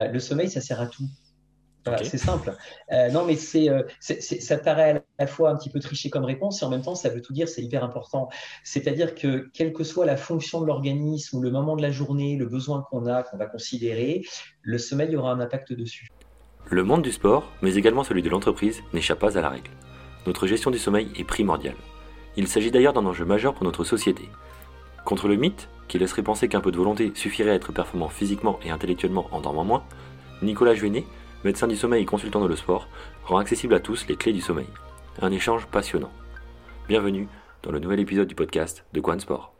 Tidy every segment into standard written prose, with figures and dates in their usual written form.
Le sommeil, ça sert à tout. Ok. Voilà, c'est simple. Non, mais ça paraît à la fois un petit peu triché comme réponse et en même temps, ça veut tout dire, c'est hyper important. C'est-à-dire que quelle que soit la fonction de l'organisme ou le moment de la journée, le besoin qu'on a, qu'on va considérer, le sommeil aura un impact dessus. Le monde du sport, mais également celui de l'entreprise, n'échappe pas à la règle. Notre gestion du sommeil est primordiale. Il s'agit d'ailleurs d'un enjeu majeur pour notre société. Contre le mythe, qui laisserait penser qu'un peu de volonté suffirait à être performant physiquement et intellectuellement en dormant moins, Nicolas Juenet, médecin du sommeil et consultant dans le sport, rend accessible à tous les clés du sommeil. Un échange passionnant. Bienvenue dans le nouvel épisode du podcast de Quan Sport.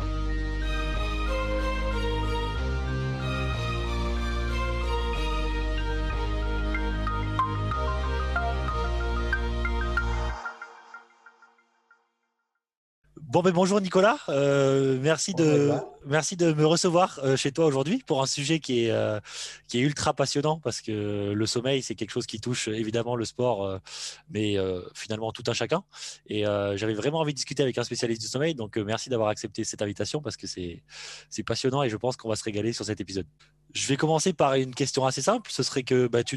Bon, ben bonjour Nicolas. Bonjour Merci de me recevoir chez toi aujourd'hui pour un sujet qui est ultra passionnant parce que le sommeil, c'est quelque chose qui touche évidemment le sport, mais finalement tout un chacun. Et j'avais vraiment envie de discuter avec un spécialiste du sommeil, donc merci d'avoir accepté cette invitation parce que c'est passionnant et je pense qu'on va se régaler sur cet épisode. Je vais commencer par une question assez simple. Ce serait que bah,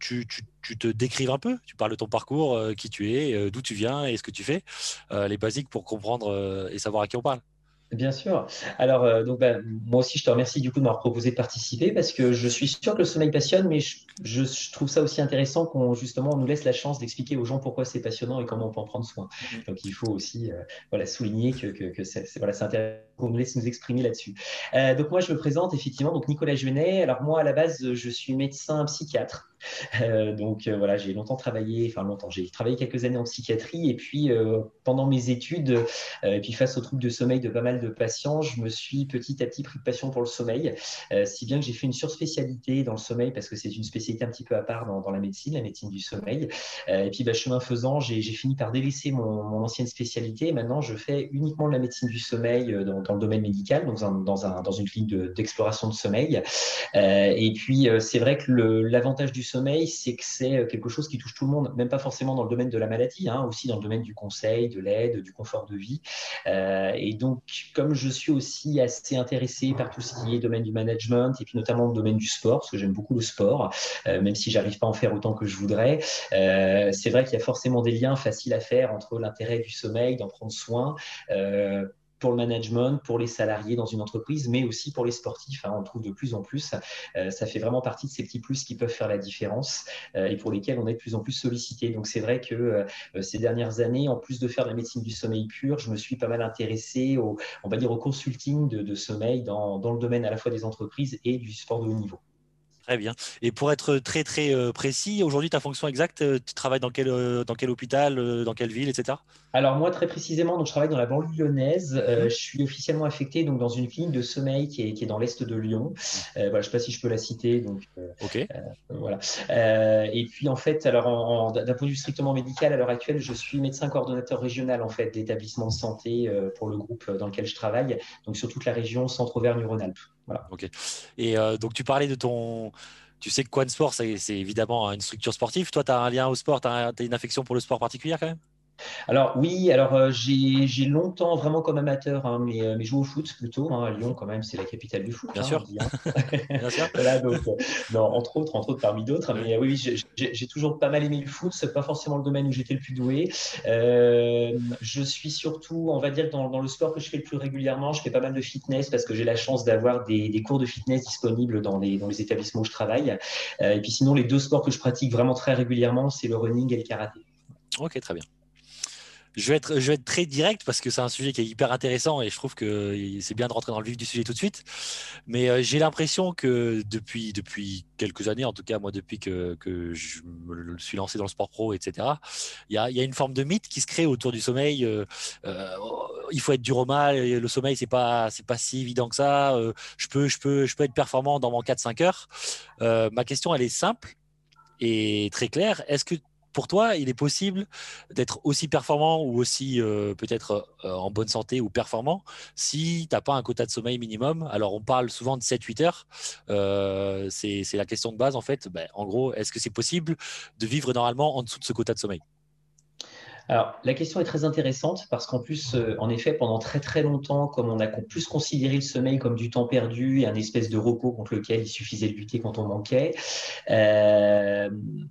tu te décrives un peu. Tu parles de ton parcours, qui tu es, d'où tu viens et ce que tu fais, les basiques pour comprendre et savoir à qui on parle. Bien sûr. Alors, moi aussi, je te remercie du coup de m'avoir proposé de participer parce que je suis sûr que le sommeil passionne, mais je trouve ça aussi intéressant qu'on justement on nous laisse la chance d'expliquer aux gens pourquoi c'est passionnant et comment on peut en prendre soin. Mm. Donc, il faut aussi voilà, souligner que voilà, c'est intéressant qu'on nous laisse nous exprimer là-dessus. Donc, moi, je me présente effectivement, donc Nicolas Juenet. Alors, moi, à la base, je suis médecin psychiatre. Voilà, j'ai longtemps travaillé, enfin longtemps, j'ai travaillé quelques années en psychiatrie et puis pendant mes études, et puis face aux troubles de sommeil de pas mal de patients, je me suis petit à petit pris de passion pour le sommeil, si bien que j'ai fait une surspécialité dans le sommeil parce que c'est une spécialité un petit peu à part dans la médecine du sommeil. Et puis chemin faisant, j'ai fini par délaisser mon ancienne spécialité. Maintenant, je fais uniquement de la médecine du sommeil dans le domaine médical, dans une clinique d'exploration de sommeil. Et puis, c'est vrai que l'avantage du sommeil, c'est que c'est quelque chose qui touche tout le monde, même pas forcément dans le domaine de la maladie, hein, aussi dans le domaine du conseil, de l'aide, du confort de vie. Et donc, comme je suis aussi assez intéressé par tout ce qui est domaine du management et puis notamment le domaine du sport, parce que j'aime beaucoup le sport, même si j'arrive pas à en faire autant que je voudrais, c'est vrai qu'il y a forcément des liens faciles à faire entre l'intérêt du sommeil, d'en prendre soin. Pour le management, pour les salariés dans une entreprise, mais aussi pour les sportifs, hein, on le trouve de plus en plus. Ça fait vraiment partie de ces petits plus qui peuvent faire la différence et pour lesquels on est de plus en plus sollicité. Donc c'est vrai que ces dernières années, en plus de faire de la médecine du sommeil pur, je me suis pas mal intéressé on va dire, au consulting de sommeil dans le domaine à la fois des entreprises et du sport de haut niveau. Très bien. Et pour être très très précis, aujourd'hui, ta fonction exacte, tu travailles dans quel hôpital, dans quelle ville, etc. Alors moi, très précisément, donc, je travaille dans la banlieue lyonnaise. Mhm. Je suis officiellement affecté donc, dans une clinique de sommeil qui est dans l'est de Lyon. Voilà, je ne sais pas si je peux la citer. Donc, Ok. voilà. Et puis en fait, alors d'un point de vue strictement médical, à l'heure actuelle, je suis médecin coordonnateur régional en fait d'établissement de santé pour le groupe dans lequel je travaille, donc sur toute la région Centre-Auvergne-Rhône-Alpes. Voilà. Ok. Et donc, tu parlais de ton. Tu sais que Quan Sport, c'est évidemment une structure sportive. Toi, tu as un lien au sport, tu as une affection pour le sport particulière quand même? Alors oui, alors j'ai longtemps vraiment comme amateur, hein, mais joué au foot plutôt, hein, à Lyon Mhm. quand même, c'est la capitale du foot, Bien hein, on sûr. dit. Hein. Bien sûr. Voilà, donc non, entre autres parmi d'autres, Ouais. mais oui, j'ai toujours pas mal aimé le foot, c'est pas forcément le domaine où j'étais le plus doué. Je suis surtout, on va dire, dans le sport que je fais le plus régulièrement, je fais pas mal de fitness parce que j'ai la chance d'avoir des cours de fitness disponibles dans les établissements où je travaille. Et puis sinon, les deux sports que je pratique vraiment très régulièrement, c'est le running et le karaté. Ok, très bien. Je vais être très direct parce que c'est un sujet qui est hyper intéressant et je trouve que c'est bien de rentrer dans le vif du sujet tout de suite. Mais j'ai l'impression que depuis quelques années, en tout cas moi depuis que je me suis lancé dans le sport pro, etc., il y a une forme de mythe qui se crée autour du sommeil. Il faut être dur au mal, et le sommeil c'est pas si évident que ça. Je peux être performant dans mon 4-5 heures. Ma question elle est simple et très clair. Est-ce que pour toi, il est possible d'être aussi performant ou aussi peut-être en bonne santé ou performant si tu n'as pas un quota de sommeil minimum? Alors, on parle souvent de 7-8 heures. C'est la question de base, en fait. Ben, en gros, est-ce que c'est possible de vivre normalement en dessous de ce quota de sommeil? Alors, la question est très intéressante parce qu'en plus, en effet, pendant très très longtemps, comme on a plus considéré le sommeil comme du temps perdu et un espèce de repos contre lequel il suffisait de lutter quand on manquait, euh,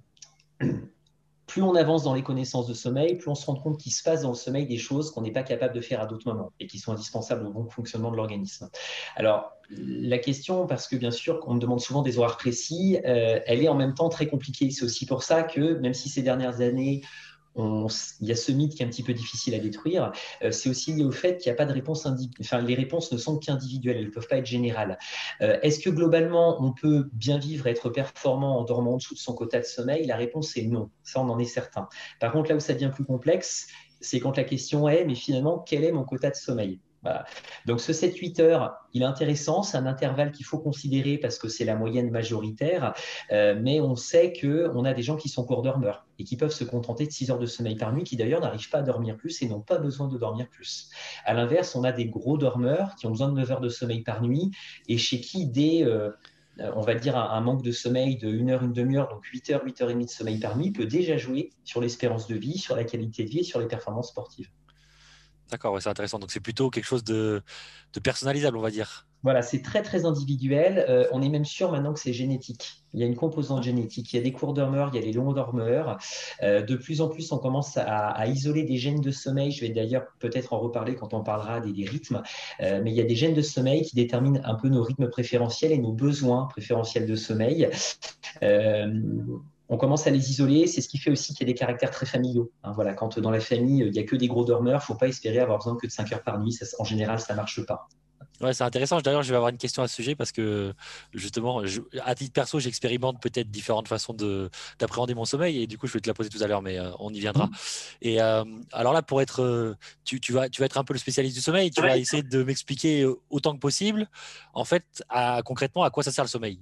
plus on avance dans les connaissances de sommeil, plus on se rend compte qu'il se passe dans le sommeil des choses qu'on n'est pas capable de faire à d'autres moments et qui sont indispensables au bon fonctionnement de l'organisme. Alors, la question, parce que bien sûr, on me demande souvent des horaires précis, elle est en même temps très compliquée. C'est aussi pour ça que, même si ces dernières années, il y a ce mythe qui est un petit peu difficile à détruire. C'est aussi lié au fait qu'il n'y a pas de réponse enfin, les réponses ne sont qu'individuelles, elles ne peuvent pas être générales. Est-ce que globalement, on peut bien vivre et être performant en dormant en dessous de son quota de sommeil? La réponse est non, ça on en est certain. Par contre, là où ça devient plus complexe, c'est quand la question est, mais finalement, quel est mon quota de sommeil? Voilà. Donc ce 7-8 heures, il est intéressant, c'est un intervalle qu'il faut considérer parce que c'est la moyenne majoritaire, mais on sait qu'on a des gens qui sont court dormeurs et qui peuvent se contenter de 6 heures de sommeil par nuit, qui d'ailleurs n'arrivent pas à dormir plus et n'ont pas besoin de dormir plus. À l'inverse, on a des gros dormeurs qui ont besoin de 9 heures de sommeil par nuit et chez qui on va dire un manque de sommeil de 1 heure, une demi-heure, donc 8 heures, 8 heures et demie de sommeil par nuit peut déjà jouer sur l'espérance de vie, sur la qualité de vie et sur les performances sportives. D'accord, ouais, c'est intéressant. Donc c'est plutôt quelque chose de personnalisable, on va dire. Voilà, c'est très très individuel. On est même sûr maintenant que c'est génétique. Il y a une composante génétique. Il y a des courts dormeurs, il y a les longs dormeurs. De plus en plus, on commence à isoler des gènes de sommeil. Je vais d'ailleurs peut-être en reparler quand on parlera des rythmes. Mais il y a des gènes de sommeil qui déterminent un peu nos rythmes préférentiels et nos besoins préférentiels de sommeil. Euh, on commence à les isoler, c'est ce qui fait aussi qu'il y a des caractères très familiaux. Hein, voilà, quand dans la famille, il n'y a que des gros dormeurs, il ne faut pas espérer avoir besoin que de 5 heures par nuit. Ça, en général, ça ne marche pas. Ouais, c'est intéressant. D'ailleurs, je vais avoir une question à ce sujet parce que justement, à titre perso, j'expérimente peut-être différentes façons d'appréhender mon sommeil et du coup, je vais te la poser tout à l'heure, mais on y viendra. Et alors là, pour être, tu vas être un peu le spécialiste du sommeil. Tu vas essayer de m'expliquer autant que possible, en fait, concrètement, à quoi ça sert le sommeil.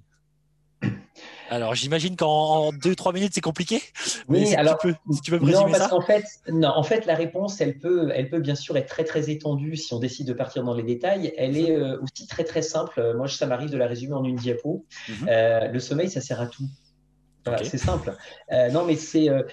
Alors, j'imagine qu'en 2-3 minutes, c'est compliqué, mais Oui, alors, si tu peux me non, résumer parce ça. qu'en fait, non, en fait, la réponse, elle peut bien sûr être très, très étendue si on décide de partir dans les détails. Elle est aussi très, très simple. Moi, ça m'arrive de la résumer en une diapo. Mhm. Le sommeil, ça sert à tout. Ok. Voilà, c'est simple. Non, mais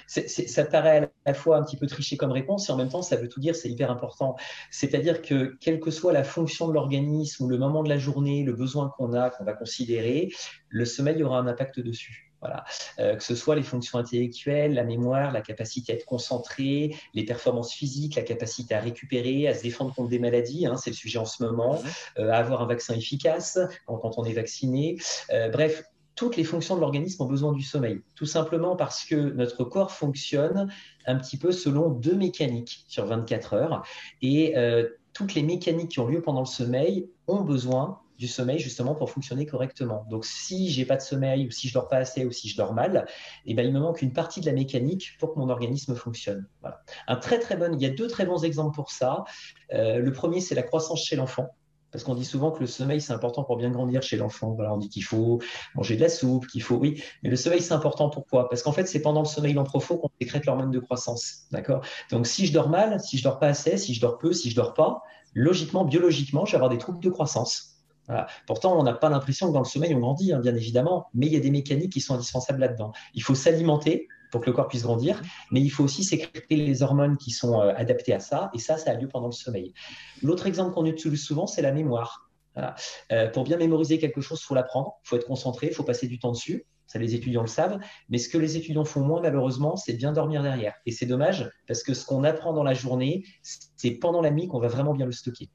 ça paraît à la fois un petit peu triché comme réponse et en même temps, ça veut tout dire, c'est hyper important. C'est-à-dire que quelle que soit la fonction de l'organisme ou le moment de la journée, le besoin qu'on a, qu'on va considérer, le sommeil aura un impact dessus. Voilà. Que ce soit les fonctions intellectuelles, la mémoire, la capacité à être concentré, les performances physiques, la capacité à récupérer, à se défendre contre des maladies, hein, c'est le sujet en ce moment, Mhm. à avoir un vaccin efficace quand on est vacciné. Bref, toutes les fonctions de l'organisme ont besoin du sommeil, tout simplement parce que notre corps fonctionne un petit peu selon deux mécaniques sur 24 heures. Et toutes les mécaniques qui ont lieu pendant le sommeil ont besoin du sommeil justement pour fonctionner correctement. Donc si j'ai pas de sommeil ou si je dors pas assez ou si je dors mal, eh ben, il me manque une partie de la mécanique pour que mon organisme fonctionne. Voilà. Il y a deux très bons exemples pour ça. Le premier, c'est la croissance chez l'enfant. Parce qu'on dit souvent que le sommeil, c'est important pour bien grandir chez l'enfant. Voilà, on dit qu'il faut manger de la soupe, qu'il faut. Oui, mais le sommeil, c'est important. Pourquoi? Parce qu'en fait, c'est pendant le sommeil lent profond qu'on sécrète l'hormone de croissance. D'accord? Donc, si je dors mal, si je dors pas assez, si je dors peu, si je dors pas, logiquement, biologiquement, je vais avoir des troubles de croissance. Voilà. Pourtant, on n'a pas l'impression que dans le sommeil, on grandit, hein, bien évidemment, mais il y a des mécaniques qui sont indispensables là-dedans. Il faut s'alimenter pour que le corps puisse grandir, mais il faut aussi sécréter les hormones qui sont adaptées à ça, et ça a lieu pendant le sommeil. L'autre exemple qu'on utilise souvent, c'est la mémoire. Voilà. Pour bien mémoriser quelque chose, il faut l'apprendre, il faut être concentré, il faut passer du temps dessus. Ça, les étudiants le savent. Mais ce que les étudiants font moins, malheureusement, c'est bien dormir derrière. Et c'est dommage, parce que ce qu'on apprend dans la journée, c'est pendant la nuit qu'on va vraiment bien le stocker.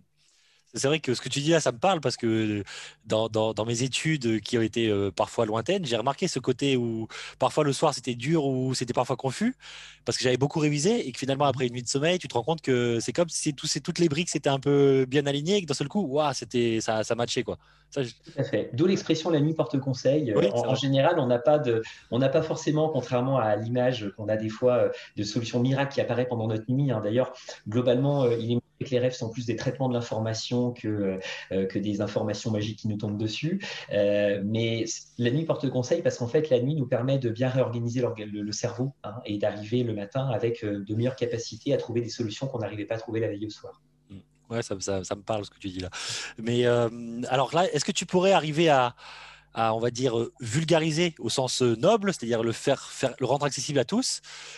C'est vrai que ce que tu dis là, ça me parle parce que dans mes études qui ont été parfois lointaines, j'ai remarqué ce côté où parfois le soir c'était dur ou c'était parfois confus parce que j'avais beaucoup révisé et que finalement après une nuit de sommeil, tu te rends compte que c'est comme si toutes les briques étaient un peu bien alignées et que d'un seul coup, waouh, ça matchait quoi. Tout à fait. D'où l'expression la nuit porte conseil. Oui, En, c'est en vrai. général, on n'a pas forcément, contrairement à l'image qu'on a des fois de solutions miracles qui apparaissent pendant notre nuit. Hein. D'ailleurs, globalement, il est montré que les rêves sont plus des traitements de l'information que des informations magiques qui nous tombent dessus. Mais la nuit porte conseil parce qu'en fait, la nuit nous permet de bien réorganiser le cerveau, hein, et d'arriver le matin avec de meilleures capacités à trouver des solutions qu'on n'arrivait pas à trouver la veille au soir. Mm. Ouais, ça me parle ce que tu dis là. Mais alors là, est-ce que tu pourrais arriver on va dire, vulgariser au sens noble, c'est-à-dire le rendre accessible à tous.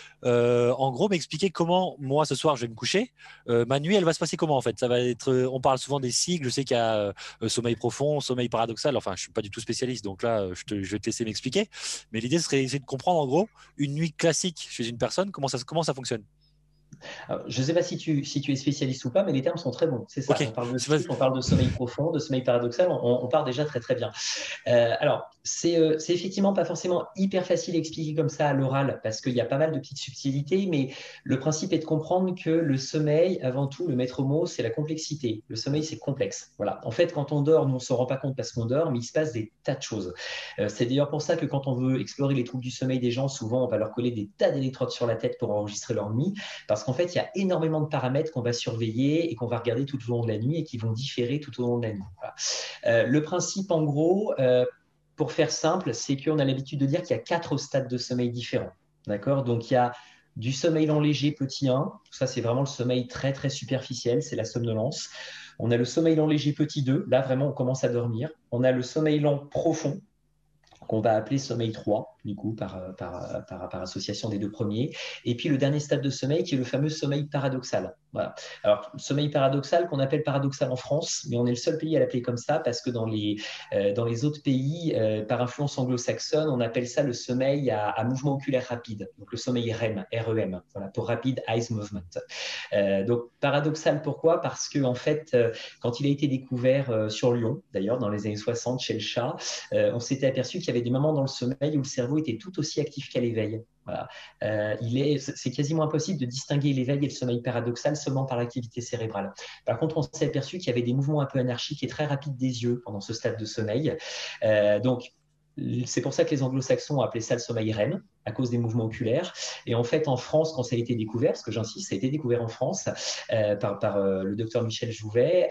En gros, m'expliquer comment, moi, ce soir, je vais me coucher. Ma nuit, elle va se passer comment, en fait? Ça va être, on parle souvent des cycles. Je sais qu'il y a sommeil profond, sommeil paradoxal. Enfin, je suis pas du tout spécialiste, donc là, je vais te laisser m'expliquer. Mais l'idée serait d'essayer de comprendre, en gros, une nuit classique chez une personne, comment ça fonctionne. Alors, je ne sais pas si tu es spécialiste ou pas, mais les termes sont très bons. C'est ça. Ok. On parle de cycle, on parle de sommeil profond, de sommeil paradoxal. On part déjà très très bien. Alors, c'est effectivement pas forcément hyper facile à expliquer comme ça à l'oral parce qu'il y a pas mal de petites subtilités, mais le principe est de comprendre que le sommeil, avant tout, le maître mot, c'est la complexité. Le sommeil, c'est complexe. Voilà. En fait, quand on dort, nous, on ne s'en rend pas compte parce qu'on dort, mais il se passe des tas de choses. C'est d'ailleurs pour ça que quand on veut explorer les troubles du sommeil des gens, souvent, on va leur coller des tas d'électrodes sur la tête pour enregistrer leur nuit. Parce qu'en fait, il y a énormément de paramètres qu'on va surveiller et qu'on va regarder tout au long de la nuit et qui vont différer tout au long de la nuit. Voilà. Le principe, en gros, pour faire simple, c'est qu'on a l'habitude de dire qu'il y a 4 stades de sommeil différents. D'accord? Donc, il y a du sommeil lent léger petit 1. Ça, c'est vraiment le sommeil très, très superficiel. C'est la somnolence. On a le sommeil lent léger petit 2. Là, vraiment, on commence à dormir. On a le sommeil lent profond qu'on va appeler sommeil 3, du coup, par association des deux premiers. Et puis le dernier stade de sommeil qui est le fameux sommeil paradoxal. Voilà. Alors, sommeil paradoxal qu'on appelle paradoxal en France, mais on est le seul pays à l'appeler comme ça parce que dans les autres pays, par influence anglo-saxonne, on appelle ça le sommeil à mouvement oculaire rapide, donc le sommeil REM, voilà, pour Rapid Eye Movement. Donc, paradoxal, pourquoi? Parce que, en fait, quand il a été découvert sur Lyon, d'ailleurs, dans les années 60, chez le chat, on s'était aperçu qu'il y avait des moments dans le sommeil où le cerveau était tout aussi actif qu'à l'éveil. Voilà. C'est quasiment impossible de distinguer l'éveil et le sommeil paradoxal seulement par l'activité cérébrale. Par contre, on s'est aperçu qu'il y avait des mouvements un peu anarchiques et très rapides des yeux pendant ce stade de sommeil. Donc, c'est pour ça que les anglo-saxons ont appelé ça le sommeil REM, à cause des mouvements oculaires. Et en fait, en France, quand ça a été découvert, parce que j'insiste, ça a été découvert en France par le docteur Michel Jouvet,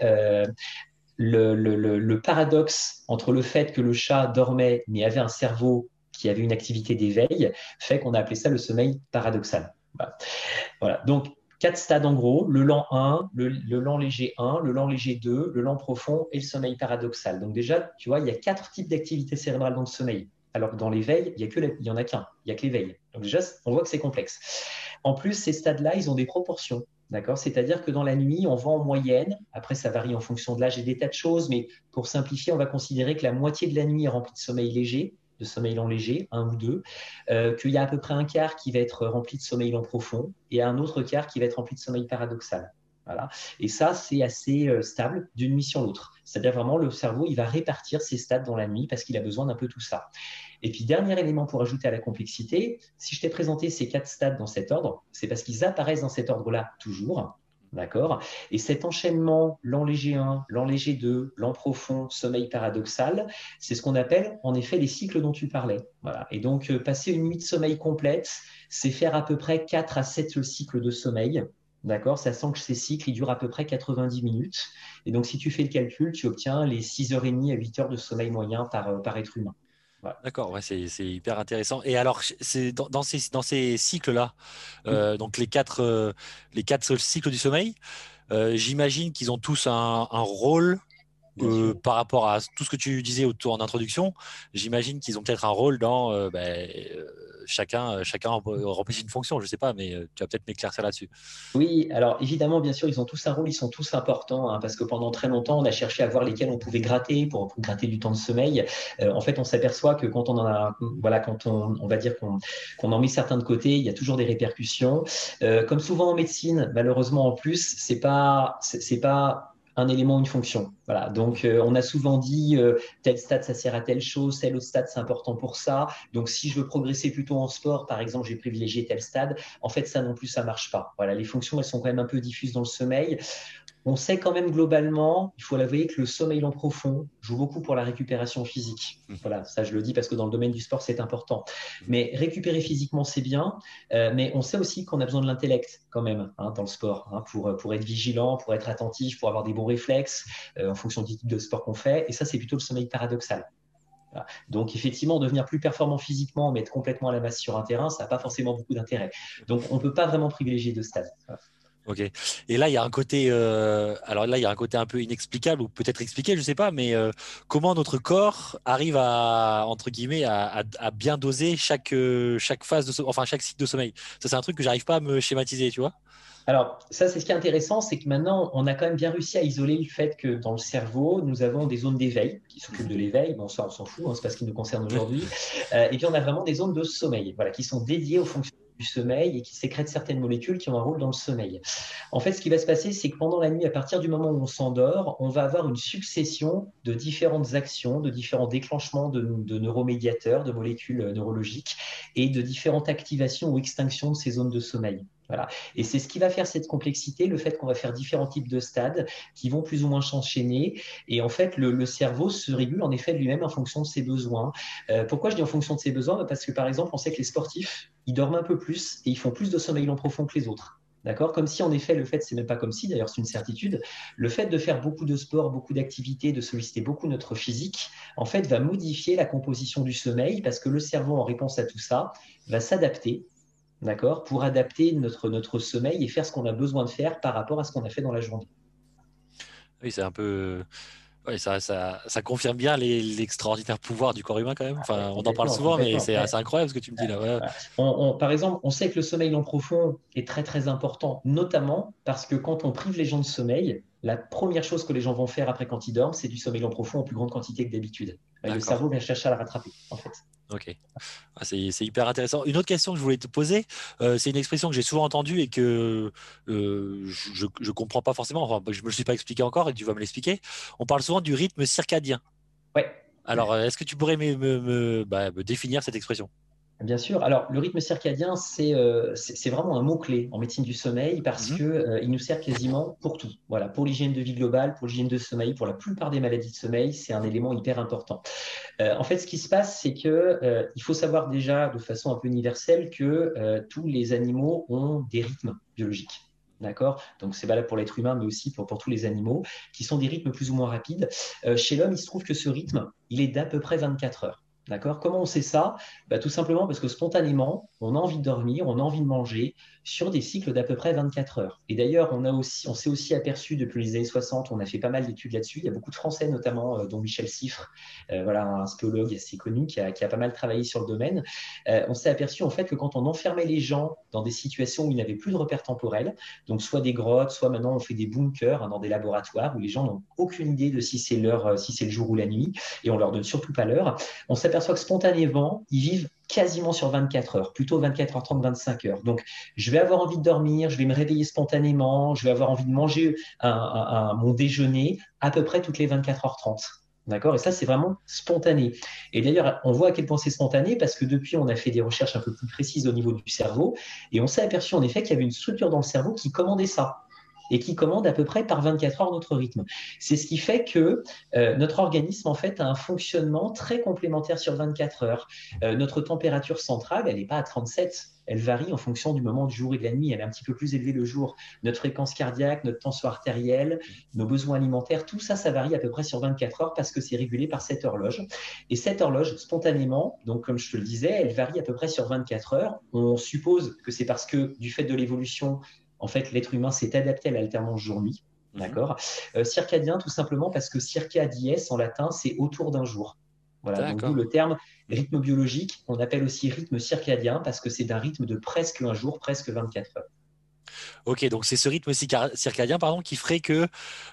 le paradoxe entre le fait que le chat dormait mais avait un cerveau qui avait une activité d'éveil fait qu'on a appelé ça le sommeil paradoxal. Voilà. Voilà. Donc, 4 stades en gros, le lent 1, le lent léger 1, le lent léger 2, le lent profond et le sommeil paradoxal. Donc déjà, tu vois, il y a 4 types d'activités cérébrales dans le sommeil. Alors que dans l'éveil, il y en a qu'un, il n'y a que l'éveil. Donc déjà, on voit que c'est complexe. En plus, ces stades-là, ils ont des proportions. D'accord? C'est-à-dire que dans la nuit, on va en moyenne, après ça varie en fonction de l'âge et des tas de choses, mais pour simplifier, on va considérer que la moitié de la nuit est remplie de sommeil léger, de sommeil lent léger, 1 ou 2, qu'il y a à peu près un quart qui va être rempli de sommeil lent profond et un autre quart qui va être rempli de sommeil paradoxal. Voilà. Et ça, c'est assez stable d'une nuit sur l'autre. C'est-à-dire vraiment, le cerveau, il va répartir ses stades dans la nuit parce qu'il a besoin d'un peu tout ça. Et puis, dernier élément pour ajouter à la complexité, si je t'ai présenté ces 4 stades dans cet ordre, c'est parce qu'ils apparaissent dans cet ordre-là toujours. D'accord? Et cet enchaînement, lent léger 1, lent léger 2, lent profond, sommeil paradoxal, c'est ce qu'on appelle en effet les cycles dont tu parlais. Voilà. Et donc, passer une nuit de sommeil complète, c'est faire à peu près 4 à 7 cycles de sommeil. D'accord? Ça sent que ces cycles, ils durent à peu près 90 minutes. Et donc, si tu fais le calcul, tu obtiens les 6h30 à 8 heures de sommeil moyen par être humain. Voilà. D'accord, ouais, c'est hyper intéressant. Et alors, c'est dans ces cycles-là, Oui. donc les quatre cycles du sommeil, j'imagine qu'ils ont tous un rôle Bien sûr. par rapport à tout ce que tu disais autour en introduction. J'imagine qu'ils ont peut-être un rôle dans chacun remplit une fonction. Je sais pas, mais tu vas peut-être m'éclaircir là-dessus. Oui, alors évidemment, bien sûr, ils ont tous un rôle, ils sont tous importants, hein, parce que pendant très longtemps, on a cherché à voir lesquels on pouvait gratter pour gratter du temps de sommeil. En fait, on s'aperçoit que quand on en a, voilà, quand on va dire qu'on en met certains de côté, il y a toujours des répercussions. Comme souvent en médecine, malheureusement en plus, c'est pas un élément, une fonction. Voilà. Donc, on a souvent dit tel stade, ça sert à telle chose, tel autre stade, c'est important pour ça. Donc, si je veux progresser plutôt en sport, par exemple, j'ai privilégié tel stade. En fait, ça non plus, ça marche pas. Voilà, les fonctions, elles sont quand même un peu diffuses dans le sommeil. On sait quand même globalement, il faut l'avouer, que le sommeil lent profond joue beaucoup pour la récupération physique. Voilà, ça je le dis parce que dans le domaine du sport, c'est important. Mais récupérer physiquement, c'est bien, mais on sait aussi qu'on a besoin de l'intellect quand même dans le sport, pour être vigilant, pour être attentif, pour avoir des bons réflexes en fonction du type de sport qu'on fait. Et ça, c'est plutôt le sommeil paradoxal. Voilà. Donc, effectivement, devenir plus performant physiquement, mais être complètement à la masse sur un terrain, ça n'a pas forcément beaucoup d'intérêt. Donc, on ne peut pas vraiment privilégier deux stades. Voilà. Ok. Et là, il y a un côté, alors là, il y a un côté un peu inexplicable ou peut-être expliqué, je sais pas, mais comment notre corps arrive à, entre guillemets, à bien doser chaque phase enfin chaque cycle de sommeil. Ça, c'est un truc que j'arrive pas à me schématiser, tu vois. Alors, ça, c'est ce qui est intéressant, c'est que maintenant, on a quand même bien réussi à isoler le fait que dans le cerveau, nous avons des zones d'éveil qui s'occupent de Mhm. l'éveil. Bon, ça, on s'en fout, hein, c'est pas ce qui nous concerne aujourd'hui. Et puis, on a vraiment des zones de sommeil, voilà, qui sont dédiées aux fonctions du sommeil et qui sécrètent certaines molécules qui ont un rôle dans le sommeil. En fait, ce qui va se passer, c'est que pendant la nuit, à partir du moment où on s'endort, on va avoir une succession de différentes actions, de différents déclenchements de neuromédiateurs, de molécules neurologiques et de différentes activations ou extinctions de ces zones de sommeil. Voilà. Et c'est ce qui va faire cette complexité, le fait qu'on va faire différents types de stades qui vont plus ou moins s'enchaîner. Et en fait, le cerveau se régule en effet de lui-même en fonction de ses besoins. Pourquoi je dis en fonction de ses besoins? Parce que par exemple, on sait que les sportifs, ils dorment un peu plus et ils font plus de sommeil long profond que les autres. D'accord. Comme si en effet, le fait, c'est même pas comme si, d'ailleurs, c'est une certitude, le fait de faire beaucoup de sport, beaucoup d'activités, de solliciter beaucoup notre physique, en fait, va modifier la composition du sommeil parce que le cerveau, en réponse à tout ça, va s'adapter, d'accord, pour adapter notre sommeil et faire ce qu'on a besoin de faire par rapport à ce qu'on a fait dans la journée. Oui, c'est un peu. Ouais, ça confirme bien l'extraordinaire pouvoir du corps humain quand même. Enfin, on en parle Complètement, souvent, mais complètement. c'est Ouais. incroyable ce que tu me dis là. Ouais. Voilà. Par exemple, on sait que le sommeil long profond est très très important, notamment parce que quand on prive les gens de sommeil, la première chose que les gens vont faire après quand ils dorment, c'est du sommeil long profond en plus grande quantité que d'habitude. Et le D'accord. cerveau vient chercher à la rattraper, en fait. Ok. Ah, c'est hyper intéressant. Une autre question que je voulais te poser, c'est une expression que j'ai souvent entendue et que je comprends pas forcément. Enfin, je me le suis pas expliqué encore et tu vas me l'expliquer. On parle souvent du rythme circadien. Ouais. Alors, est-ce que tu pourrais me définir cette expression? Bien sûr. Alors, le rythme circadien, c'est vraiment un mot-clé en médecine du sommeil parce Mhm. que, il nous sert quasiment pour tout. Voilà, pour l'hygiène de vie globale, pour l'hygiène de sommeil, pour la plupart des maladies de sommeil, c'est un élément hyper important. En fait, ce qui se passe, c'est que il faut savoir déjà de façon un peu universelle que tous les animaux ont des rythmes biologiques. D'accord. Donc, c'est valable pour l'être humain, mais aussi pour tous les animaux, qui sont des rythmes plus ou moins rapides. Chez l'homme, il se trouve que ce rythme, il est d'à peu près 24 heures. D'accord. Comment on sait ça? Bah, tout simplement parce que spontanément, on a envie de dormir, on a envie de manger sur des cycles d'à peu près 24 heures. Et d'ailleurs, on s'est aussi aperçu depuis les années 60, on a fait pas mal d'études là-dessus. Il y a beaucoup de Français, notamment, dont Michel Siffre, voilà, un spéologue assez connu qui a pas mal travaillé sur le domaine. On s'est aperçu en fait que quand on enfermait les gens dans des situations où il n'y avait plus de repères temporels, donc soit des grottes, soit maintenant on fait des bunkers, hein, dans des laboratoires où les gens n'ont aucune idée de si c'est l'heure, si c'est le jour ou la nuit, et on leur donne surtout pas l'heure, on s'aperçoit que spontanément, ils vivent quasiment sur 24 heures, plutôt 24 heures 30, 25 heures. Donc, je vais avoir envie de dormir, je vais me réveiller spontanément, je vais avoir envie de manger mon déjeuner à peu près toutes les 24 heures 30. D'accord. Et Ok. ça, c'est vraiment spontané. Et d'ailleurs, on voit à quel point c'est spontané parce que depuis, on a fait des recherches un peu plus précises au niveau du cerveau et on s'est aperçu en effet qu'il y avait une structure dans le cerveau qui commandait ça et qui commande à peu près par 24 heures notre rythme. C'est ce qui fait que notre organisme en fait a un fonctionnement très complémentaire sur 24 heures. Notre température centrale, elle n'est pas à 37. Elle varie en fonction du moment du jour et de la nuit. Elle est un petit peu plus élevée le jour. Notre fréquence cardiaque, notre tension artérielle, nos besoins alimentaires, tout ça, ça varie à peu près sur 24 heures parce que c'est régulé par cette horloge. Et cette horloge, spontanément, donc comme je te le disais, elle varie à peu près sur 24 heures. On suppose que c'est parce que du fait de l'évolution, en fait, l'être humain s'est adapté à l'alternance jour-nuit. Mhm. D'accord. Circadien, tout simplement parce que circa dies en latin, c'est autour d'un jour. Voilà, donc d'où D'accord. le terme rythme biologique. On appelle aussi rythme circadien parce que c'est d'un rythme de presque un jour, presque 24 heures. Ok, donc c'est ce rythme circadien, pardon, qui ferait que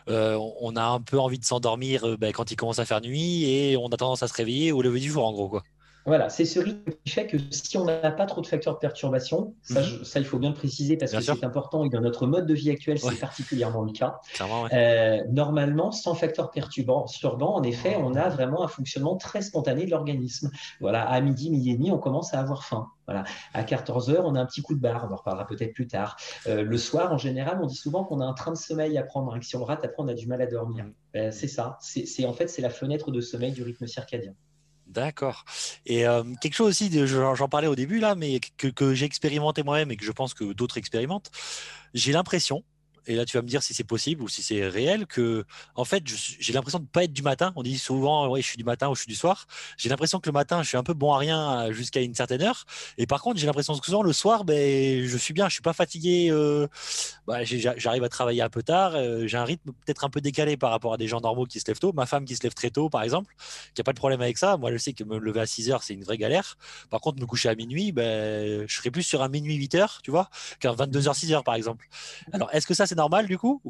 on a un peu envie de s'endormir quand il commence à faire nuit et on a tendance à se réveiller au lever du jour, en gros, quoi. Voilà, c'est ce rythme qui fait que si on n'a pas trop de facteurs de perturbation, Mhm. ça il faut bien le préciser parce Bien que sûr. c'est important et dans notre mode de vie actuel, Ouais, c'est particulièrement le cas. clairement, ouais. Normalement, sans facteur perturbant, en effet, on a vraiment un fonctionnement très spontané de l'organisme. Voilà, à midi et demi, on commence à avoir faim. Voilà, à 14 heures, on a un petit coup de barre. On en reparlera peut-être plus tard. Le soir, en général, on dit souvent qu'on a un train de sommeil à prendre, hein, que si on le rate, après, on a du mal à dormir. Mhm. C'est ça. En fait, c'est la fenêtre de sommeil du rythme circadien. D'accord. Et quelque chose aussi, j'en parlais au début là, mais que j'ai expérimenté moi-même et que je pense que d'autres expérimentent, j'ai l'impression, et là tu vas me dire si c'est possible ou si c'est réel, que en fait j'ai l'impression de ne pas être du matin. On dit souvent oui, je suis du matin ou je suis du soir. J'ai l'impression que le matin je suis un peu bon à rien jusqu'à une certaine heure, et par contre j'ai l'impression que souvent le soir je suis bien, je suis pas fatigué, j'arrive à travailler un peu tard, j'ai un rythme peut-être un peu décalé par rapport à des gens normaux qui se lèvent tôt. Ma femme qui se lève très tôt par exemple, qui a pas de problème avec ça. Moi je sais que me lever à 6 heures c'est une vraie galère. Par contre me coucher à minuit, je serais plus sur un minuit 8 heures, tu vois, qu'un 22h 6 heures par exemple. Alors, est-ce que ça, c'est normal du coup,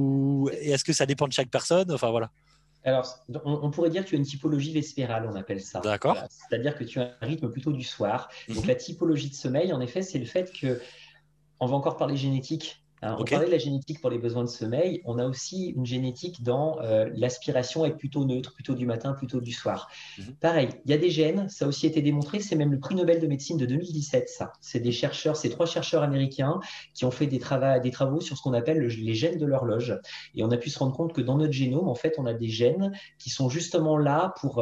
ou est-ce que ça dépend de chaque personne? Enfin, voilà. Alors, on pourrait dire que tu as une typologie vespérale, on appelle ça. D'accord. Voilà. C'est-à-dire que tu as un rythme plutôt du soir. Donc, Mhm. la typologie de sommeil, en effet, c'est le fait que on va encore parler génétique. On Ok. parlait de la génétique pour les besoins de sommeil. On a aussi une génétique dans l'aspiration à être plutôt neutre, plutôt du matin, plutôt du soir. Mhm. Pareil, il y a des gènes, ça a aussi été démontré, c'est même le prix Nobel de médecine de 2017, ça. C'est des chercheurs, c'est 3 chercheurs américains qui ont fait des travaux sur ce qu'on appelle les gènes de l'horloge. Et on a pu se rendre compte que dans notre génome, en fait, on a des gènes qui sont justement là pour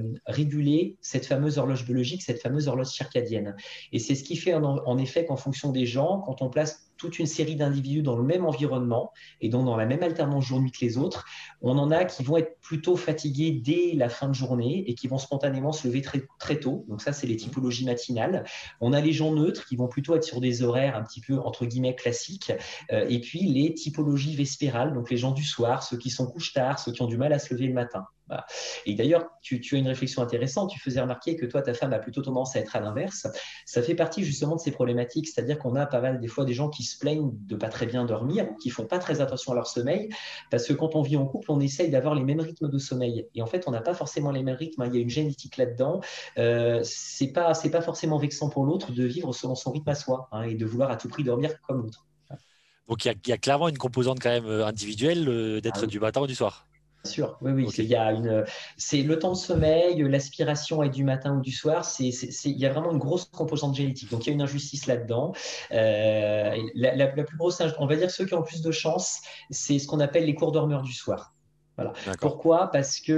réguler cette fameuse horloge biologique, cette fameuse horloge circadienne. Et c'est ce qui fait en effet qu'en fonction des gens, quand on place toute une série d'individus dans le même environnement et donc dans la même alternance jour-nuit que les autres, on en a qui vont être plutôt fatigués dès la fin de journée et qui vont spontanément se lever très, très tôt. Donc ça, c'est les Mhm. typologies matinales. On a les gens neutres qui vont plutôt être sur des horaires un petit peu, entre guillemets, classiques. Et puis les typologies vespérales, donc les gens du soir, ceux qui sont couches tard, ceux qui ont du mal à se lever le matin. Voilà. Et d'ailleurs, tu as une réflexion intéressante. Tu faisais remarquer que toi, ta femme a plutôt tendance à être à l'inverse. Ça fait partie justement de ces problématiques, c'est-à-dire qu'on a pas mal des fois des gens qui se plaignent de pas très bien dormir, qui font pas très attention à leur sommeil, parce que quand on vit en couple, on essaye d'avoir les mêmes rythmes de sommeil. Et en fait, on n'a pas forcément les mêmes rythmes. Il y a une génétique là-dedans. C'est pas forcément vexant pour l'autre de vivre selon son rythme à soi et de vouloir à tout prix dormir comme l'autre. Donc, il y a clairement une composante quand même individuelle Ah d'être oui. du matin ou du soir. Bien sûr, oui, oui, Ok. c'est le temps de sommeil, l'aspiration est du matin ou du soir, il y a vraiment une grosse composante génétique. Donc il y a une injustice là-dedans. La plus grosse, on va dire ceux qui ont le plus de chance, c'est ce qu'on appelle les courts dormeurs du soir. Voilà. D'accord. Pourquoi? Parce que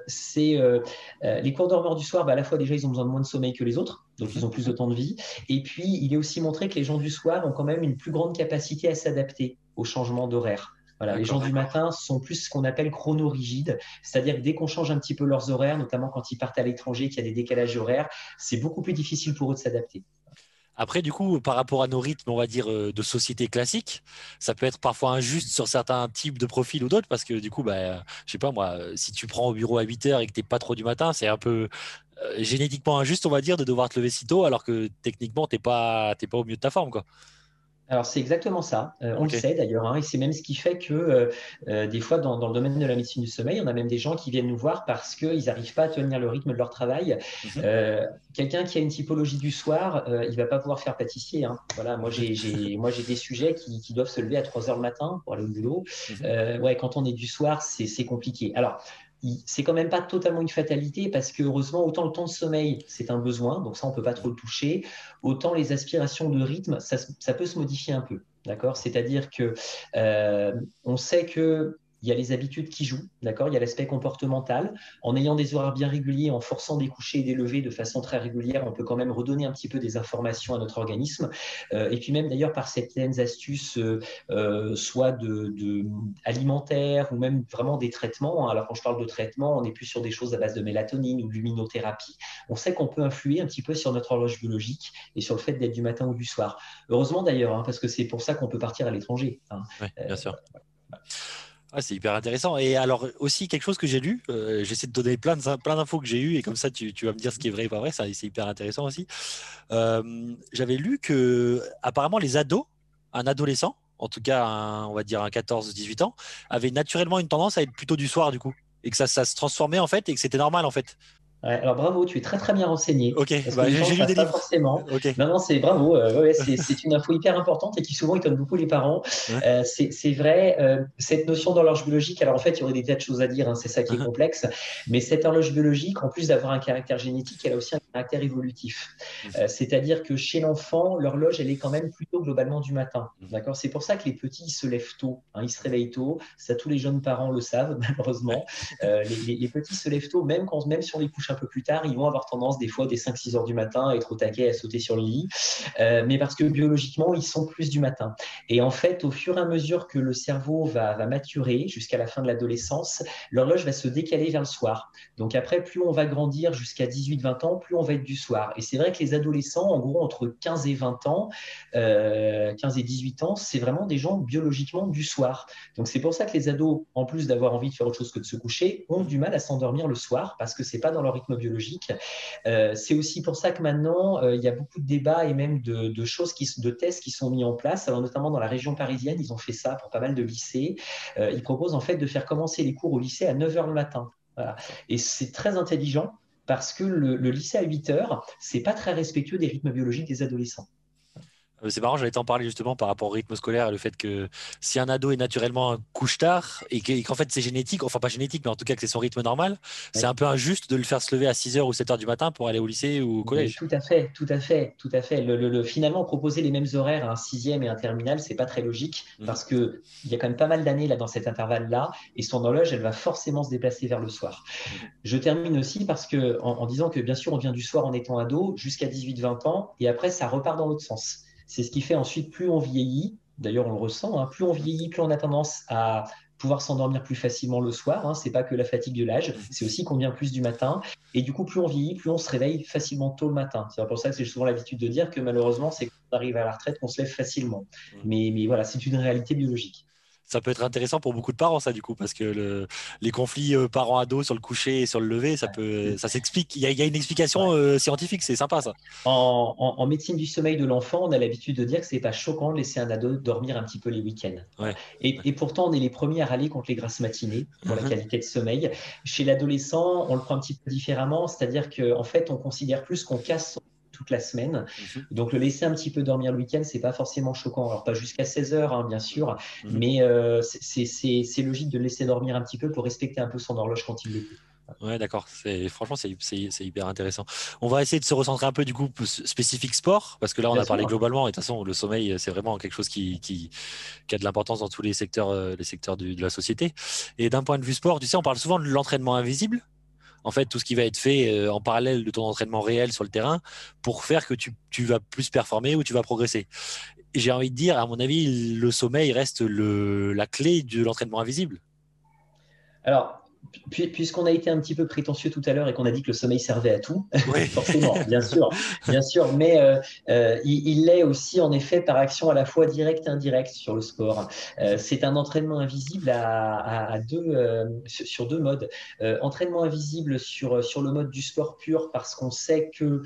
les courts dormeurs du soir, à la fois déjà, ils ont besoin de moins de sommeil que les autres, donc Mhm. ils ont plus de temps de vie. Et puis, il est aussi montré que les gens du soir ont quand même une plus grande capacité à s'adapter au changement d'horaire. Voilà, les gens D'accord. du matin sont plus ce qu'on appelle chronorigides, c'est-à-dire que dès qu'on change un petit peu leurs horaires, notamment quand ils partent à l'étranger, qu'il y a des décalages horaires, c'est beaucoup plus difficile pour eux de s'adapter. Après, du coup, par rapport à nos rythmes, on va dire, de société classique, ça peut être parfois injuste sur certains types de profils ou d'autres, parce que du coup, je sais pas moi, si tu prends au bureau à 8 heures et que t'es pas trop du matin, c'est un peu génétiquement injuste, on va dire, de devoir te lever si tôt, alors que techniquement, t'es pas au mieux de ta forme, quoi. Alors, c'est exactement ça. On le Ok. sait d'ailleurs, et c'est même ce qui fait que des fois, dans le domaine de la médecine du sommeil, on a même des gens qui viennent nous voir parce qu'ils n'arrivent pas à tenir le rythme de leur travail. Mhm. Euh, Quelqu'un qui a une typologie du soir, il ne va pas pouvoir faire pâtissier. Voilà, moi, j'ai des sujets qui doivent se lever à 3 heures le matin pour aller au boulot. Mhm. Ouais, quand on est du soir, c'est compliqué. Alors, c'est quand même pas totalement une fatalité parce que heureusement, autant le temps de sommeil, c'est un besoin, donc ça, on peut pas trop le toucher, autant les aspirations de rythme, ça peut se modifier un peu. D'accord. C'est-à-dire que on sait que il y a les habitudes qui jouent, d'accord. Il y a l'aspect comportemental. En ayant des horaires bien réguliers, en forçant des couchers et des levées de façon très régulière, on peut quand même redonner un petit peu des informations à notre organisme. Et puis même d'ailleurs par certaines astuces, soit alimentaires ou même vraiment des traitements. Alors quand je parle de traitement, on n'est plus sur des choses à base de mélatonine ou de luminothérapie. On sait qu'on peut influer un petit peu sur notre horloge biologique et sur le fait d'être du matin ou du soir. Heureusement d'ailleurs, parce que c'est pour ça qu'on peut partir à l'étranger. Ouais, bien sûr. Voilà. Ah, c'est hyper intéressant. Et alors, aussi, quelque chose que j'ai lu, j'essaie de donner plein d'infos que j'ai eues, et comme ça, tu vas me dire ce qui est vrai et pas vrai. Ça, c'est hyper intéressant aussi. J'avais lu que, apparemment, les ados, un adolescent, en tout cas, on va dire un 14-18 ans, avait naturellement une tendance à être plutôt du soir, du coup. Et que ça se transformait, en fait, et que c'était normal, en fait. Ouais, alors bravo, tu es très très bien renseigné. Ok, Parce que les j'ai gens ne j'ai le lu savent des pas livres. forcément. Ok. Non, non, c'est bravo. Ouais, c'est une info hyper importante et qui souvent étonne beaucoup les parents. Ouais. C'est vrai, cette notion d'horloge biologique, alors en fait, il y aurait des tas de choses à dire, c'est ça qui est complexe. Mais cette horloge biologique, en plus d'avoir un caractère génétique, elle a aussi un caractère évolutif. C'est-à-dire que chez l'enfant, l'horloge, elle est quand même plutôt globalement du matin. D'accord. C'est pour ça que les petits ils se lèvent tôt, ils se réveillent tôt. Ça, tous les jeunes parents le savent, Ouais. malheureusement. Les petits se lèvent tôt, même si on les couche couchent un peu plus tard, ils vont avoir tendance des fois dès 5-6 heures du matin à être au taquet, à sauter sur le lit, mais parce que biologiquement, ils sont plus du matin. Et en fait, au fur et à mesure que le cerveau va maturer jusqu'à la fin de l'adolescence, l'horloge va se décaler vers le soir. Donc après, plus on va grandir jusqu'à 18-20 ans, plus on va être du soir. Et c'est vrai que les adolescents, en gros, entre 15 et 20 ans, 15 et 18 ans, c'est vraiment des gens biologiquement du soir. Donc c'est pour ça que les ados, en plus d'avoir envie de faire autre chose que de se coucher, ont du mal à s'endormir le soir parce que c'est pas dans leur rythme biologique. C'est aussi pour ça que maintenant, il y a beaucoup de débats et même de choses, de tests qui sont mis en place. Alors notamment dans la région parisienne, ils ont fait ça pour pas mal de lycées. Ils proposent en fait de faire commencer les cours au lycée à 9 heures le matin. Voilà. Et c'est très intelligent parce que le lycée à 8 heures, c'est pas très respectueux des rythmes biologiques des adolescents. C'est marrant, j'allais t'en parler justement par rapport au rythme scolaire et le fait que si un ado est naturellement un couche-tard et qu'en fait c'est génétique, enfin pas génétique, mais en tout cas que c'est son rythme normal, c'est un peu injuste de le faire se lever à 6 heures ou 7 heures du matin pour aller au lycée ou au collège. Tout à fait, tout à fait, tout à fait. Finalement, proposer les mêmes horaires à un sixième et un terminal, c'est pas très logique parce qu'il y a quand même pas mal d'années là dans cet intervalle-là et son horloge, elle va forcément se déplacer vers le soir. Je termine aussi parce que en disant que bien sûr, on vient du soir en étant ado jusqu'à 18-20 ans et après, ça repart dans l'autre sens. C'est ce qui fait ensuite, plus on vieillit, d'ailleurs on le ressent, hein, plus on vieillit, plus on a tendance à pouvoir s'endormir plus facilement le soir. Hein, c'est pas que la fatigue de l'âge, c'est aussi qu'on vient plus du matin. Et du coup, plus on vieillit, plus on se réveille facilement tôt le matin. C'est pour ça que j'ai souvent l'habitude de dire que malheureusement, c'est quand on arrive à la retraite qu'on se lève facilement. Mais voilà, c'est une réalité biologique. Ça peut être intéressant pour beaucoup de parents, ça, du coup, parce que les conflits parents-ados sur le coucher et sur le lever, ça s'explique. Il y a une explication scientifique, c'est sympa, ça. En médecine du sommeil de l'enfant, on a l'habitude de dire que c'est pas choquant de laisser un ado dormir un petit peu les week-ends. Ouais. Et pourtant, on est les premiers à râler contre les grasses matinées pour la qualité de sommeil. Chez l'adolescent, on le prend un petit peu différemment, c'est-à-dire qu'en fait, on considère plus qu'on casse toute la semaine. Donc, le laisser un petit peu dormir le week-end, c'est pas forcément choquant. Alors, pas jusqu'à 16 heures, hein, bien sûr, mais c'est logique de le laisser dormir un petit peu pour respecter un peu son horloge quand il le peut. Ouais, d'accord. Franchement, c'est hyper intéressant. On va essayer de se recentrer un peu du coup spécifique sport, parce que là, on a parlé globalement. Et de toute façon, le sommeil, c'est vraiment quelque chose qui a de l'importance dans tous les secteurs de la société. Et d'un point de vue sport, tu sais, on parle souvent de l'entraînement invisible. En fait, tout ce qui va être fait en parallèle de ton entraînement réel sur le terrain pour faire que tu vas plus performer ou tu vas progresser. Et j'ai envie de dire, à mon avis, le sommeil reste la clé de l'entraînement invisible. Alors, puisqu'on a été un petit peu prétentieux tout à l'heure et qu'on a dit que le sommeil servait à tout, oui. forcément, bien sûr, mais il l'est aussi en effet par action à la fois directe et indirecte sur le sport. C'est un entraînement invisible sur deux modes. Entraînement invisible sur le mode du sport pur parce qu'on sait que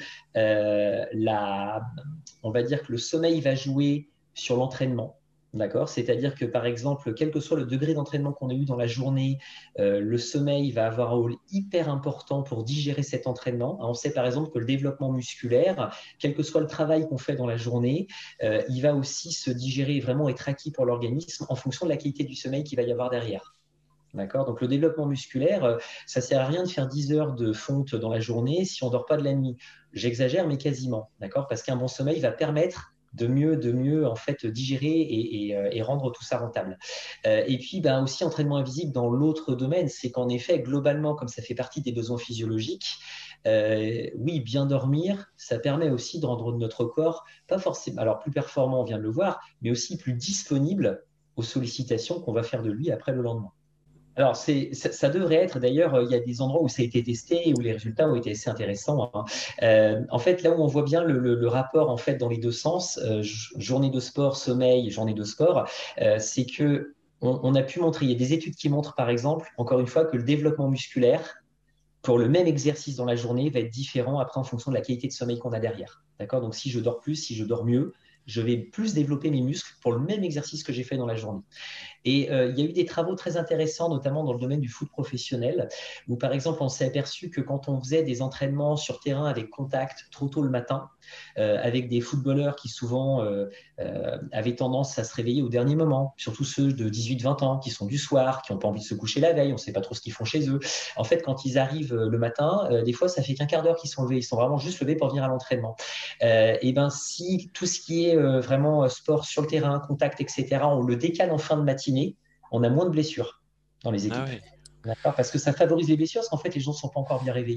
on va dire que le sommeil va jouer sur l'entraînement. D'accord. C'est-à-dire que, par exemple, quel que soit le degré d'entraînement qu'on a eu dans la journée, le sommeil va avoir un rôle hyper important pour digérer cet entraînement. On sait, par exemple, que le développement musculaire, quel que soit le travail qu'on fait dans la journée, il va aussi se digérer et vraiment être acquis pour l'organisme en fonction de la qualité du sommeil qu'il va y avoir derrière. D'accord. Donc, le développement musculaire, ça ne sert à rien de faire 10 heures de fonte dans la journée si on ne dort pas de la nuit. J'exagère, mais quasiment. D'accord. Parce qu'un bon sommeil va permettre de mieux en fait digérer et rendre tout ça rentable. Et puis aussi entraînement invisible dans l'autre domaine, c'est qu'en effet globalement comme ça fait partie des besoins physiologiques, oui, bien dormir, ça permet aussi de rendre notre corps pas forcément alors plus performant, on vient de le voir, mais aussi plus disponible aux sollicitations qu'on va faire de lui après le lendemain. Alors, ça devrait être, d'ailleurs, il y a des endroits où ça a été testé et où les résultats ont été assez intéressants. Hein. En fait, là où on voit bien le rapport en fait, dans les deux sens, journée de sport, sommeil, journée de sport, c'est que on a pu montrer, il y a des études qui montrent, par exemple, encore une fois, que le développement musculaire, pour le même exercice dans la journée, va être différent après en fonction de la qualité de sommeil qu'on a derrière. D'accord. Donc, si je dors plus, si je dors mieux, je vais plus développer mes muscles pour le même exercice que j'ai fait dans la journée. Et il y a eu des travaux très intéressants, notamment dans le domaine du foot professionnel, où par exemple, on s'est aperçu que quand on faisait des entraînements sur terrain avec contact trop tôt le matin, avec des footballeurs qui souvent avaient tendance à se réveiller au dernier moment, surtout ceux de 18-20 ans qui sont du soir, qui n'ont pas envie de se coucher la veille, on ne sait pas trop ce qu'ils font chez eux. En fait, quand ils arrivent le matin, des fois, ça fait qu'un quart d'heure qu'ils sont levés, ils sont vraiment juste levés pour venir à l'entraînement. Et si tout ce qui est vraiment sport sur le terrain, contact, etc., on le décale en fin de matinée, on a moins de blessures dans les équipes. Ah oui. D'accord. Parce que ça favorise les blessures, parce qu'en fait, les gens ne sont pas encore bien réveillés.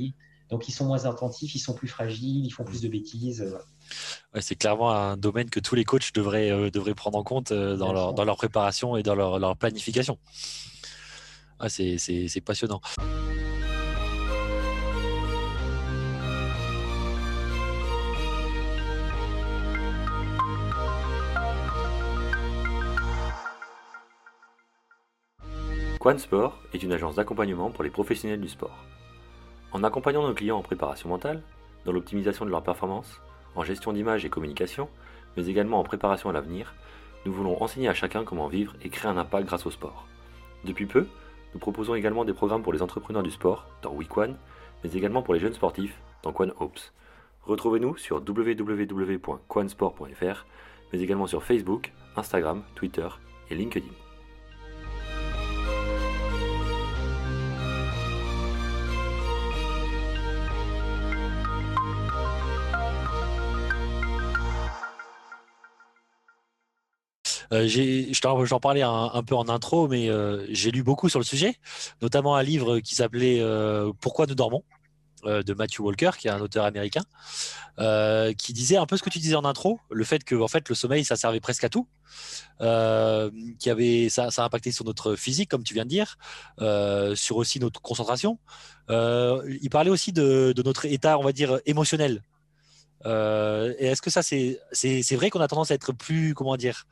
Donc, ils sont moins attentifs, ils sont plus fragiles, ils font plus de bêtises. Ouais, c'est clairement un domaine que tous les coachs devraient prendre en compte dans leur préparation et dans leur planification. Ah, c'est passionnant. Quan Sport est une agence d'accompagnement pour les professionnels du sport. En accompagnant nos clients en préparation mentale, dans l'optimisation de leur performance, en gestion d'image et communication, mais également en préparation à l'avenir, nous voulons enseigner à chacun comment vivre et créer un impact grâce au sport. Depuis peu, nous proposons également des programmes pour les entrepreneurs du sport dans WeQuan, mais également pour les jeunes sportifs dans Quan Hopes. Retrouvez-nous sur www.quansport.fr, mais également sur Facebook, Instagram, Twitter et LinkedIn. J'en parlais un peu en intro, mais j'ai lu beaucoup sur le sujet, notamment un livre qui s'appelait Pourquoi nous dormons de Matthew Walker, qui est un auteur américain, qui disait un peu ce que tu disais en intro, le fait que en fait, le sommeil, ça servait presque à tout, ça a impacté sur notre physique, comme tu viens de dire, sur aussi notre concentration. Il parlait aussi de notre état, on va dire, émotionnel. Et est-ce que ça, c'est vrai qu'on a tendance à être plus, comment dire,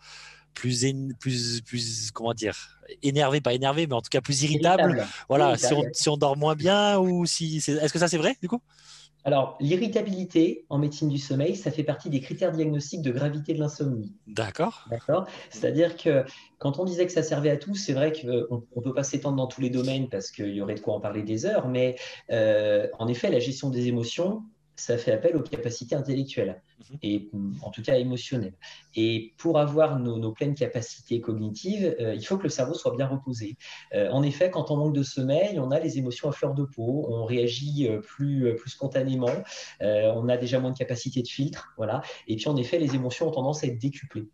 plus comment dire, énervé, pas énervé, mais en tout cas plus irritable. Voilà, si on dort moins bien ou est-ce que ça c'est vrai du coup? Alors, l'irritabilité en médecine du sommeil, ça fait partie des critères diagnostiques de gravité de l'insomnie. D'accord. C'est-à-dire que quand on disait que ça servait à tout, c'est vrai qu'on ne peut pas s'étendre dans tous les domaines parce qu'il y aurait de quoi en parler des heures, mais en effet, la gestion des émotions, ça fait appel aux capacités intellectuelles et en tout cas émotionnelles. Et pour avoir nos pleines capacités cognitives, il faut que le cerveau soit bien reposé. En effet, quand on manque de sommeil, on a les émotions à fleur de peau, on réagit plus spontanément, on a déjà moins de capacité de filtre, voilà. Et puis en effet, les émotions ont tendance à être décuplées.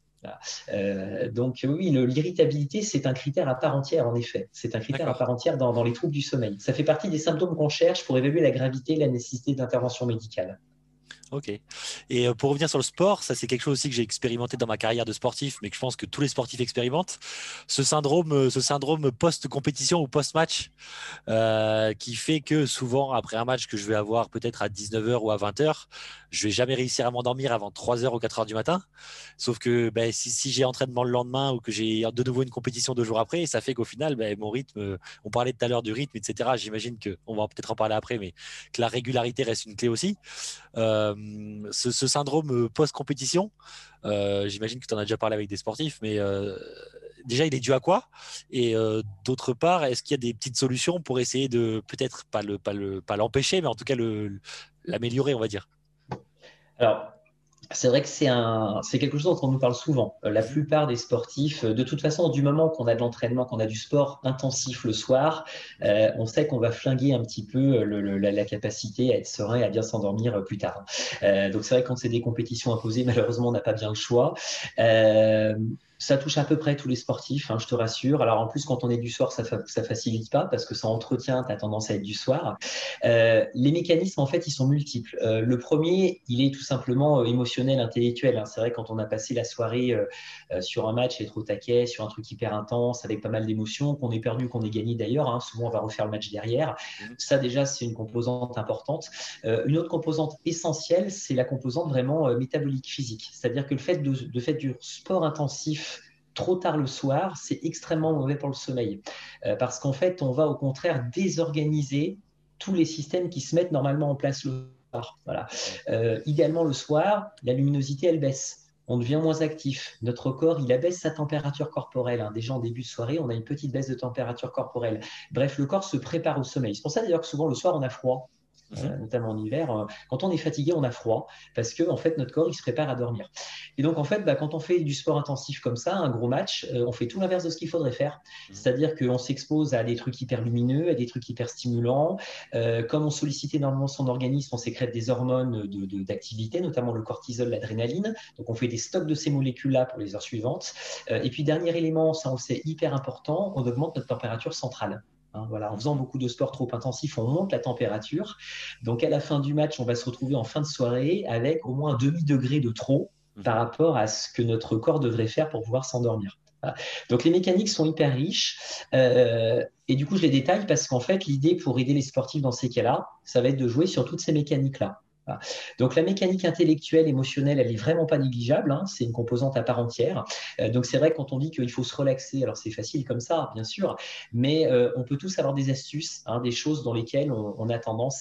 Donc oui, l'irritabilité, c'est un critère à part entière, en effet. C'est un critère à part entière dans les troubles du sommeil. Ça fait partie des symptômes qu'on cherche pour évaluer la gravité et la nécessité d'intervention médicale. Ok. Et pour revenir sur le sport, ça c'est quelque chose aussi que j'ai expérimenté dans ma carrière de sportif, mais que je pense que tous les sportifs expérimentent. Ce syndrome post-compétition ou post-match, qui fait que souvent, après un match que je vais avoir peut-être à 19h ou à 20h, je vais jamais réussir à m'endormir avant 3h ou 4h du matin. Sauf que si j'ai entraînement le lendemain ou que j'ai de nouveau une compétition 2 jours après, ça fait qu'au final, mon rythme, on parlait tout à l'heure du rythme, etc. J'imagine qu'on va peut-être en parler après, mais que la régularité reste une clé aussi. Ce syndrome post-compétition, j'imagine que tu en as déjà parlé avec des sportifs, mais déjà, il est dû à quoi? Et d'autre part, est-ce qu'il y a des petites solutions pour essayer de peut-être pas l'empêcher, mais en tout cas l'améliorer, on va dire? Alors, c'est vrai que c'est quelque chose dont on nous parle souvent. La plupart des sportifs, de toute façon, du moment qu'on a de l'entraînement, qu'on a du sport intensif le soir, on sait qu'on va flinguer un petit peu la capacité à être serein et à bien s'endormir plus tard. Donc c'est vrai que quand c'est des compétitions imposées, malheureusement, on n'a pas bien le choix. Ça touche à peu près tous les sportifs, je te rassure. Alors en plus, quand on est du soir, ça facilite pas parce que ça entretient ta tendance à être du soir. Les mécanismes, en fait, ils sont multiples. Le premier, il est tout simplement émotionnel, intellectuel. C'est vrai, quand on a passé la soirée sur un match, être au taquet, sur un truc hyper intense, avec pas mal d'émotions, qu'on ait perdu, qu'on ait gagné d'ailleurs, souvent on va refaire le match derrière. Ça, déjà, c'est une composante importante. Une autre composante essentielle, c'est la composante vraiment métabolique, physique. C'est-à-dire que le fait de faire du sport intensif trop tard le soir, c'est extrêmement mauvais pour le sommeil. Parce qu'en fait, on va au contraire désorganiser tous les systèmes qui se mettent normalement en place le soir. Voilà. Idéalement, le soir, la luminosité, elle baisse. On devient moins actif. Notre corps, il abaisse sa température corporelle. Déjà en début de soirée, on a une petite baisse de température corporelle. Bref, le corps se prépare au sommeil. C'est pour ça d'ailleurs que souvent le soir, on a froid. Notamment en hiver, quand on est fatigué, on a froid parce que en fait notre corps il se prépare à dormir. Et donc en fait, quand on fait du sport intensif comme ça, un gros match, on fait tout l'inverse de ce qu'il faudrait faire. C'est-à-dire qu'on s'expose à des trucs hyper lumineux, à des trucs hyper stimulants. Comme on sollicite énormément son organisme, on sécrète des hormones d'activité, notamment le cortisol, l'adrénaline. Donc on fait des stocks de ces molécules-là pour les heures suivantes. Et puis dernier élément, ça on le sait hyper important, on augmente notre température centrale. hein, voilà. En faisant beaucoup de sport trop intensif, on monte la température. Donc, à la fin du match, on va se retrouver en fin de soirée avec au moins un demi-degré de trop par rapport à ce que notre corps devrait faire pour pouvoir s'endormir. Voilà. Donc, les mécaniques sont hyper riches. Et du coup, je les détaille parce qu'en fait, l'idée pour aider les sportifs dans ces cas-là, ça va être de jouer sur toutes ces mécaniques-là. Voilà. Donc la mécanique intellectuelle, émotionnelle, elle est vraiment pas négligeable, hein, c'est une composante à part entière. Donc c'est vrai que quand on dit qu'il faut se relaxer, alors c'est facile comme ça, bien sûr, mais on peut tous avoir des astuces, hein, des choses dans lesquelles on a tendance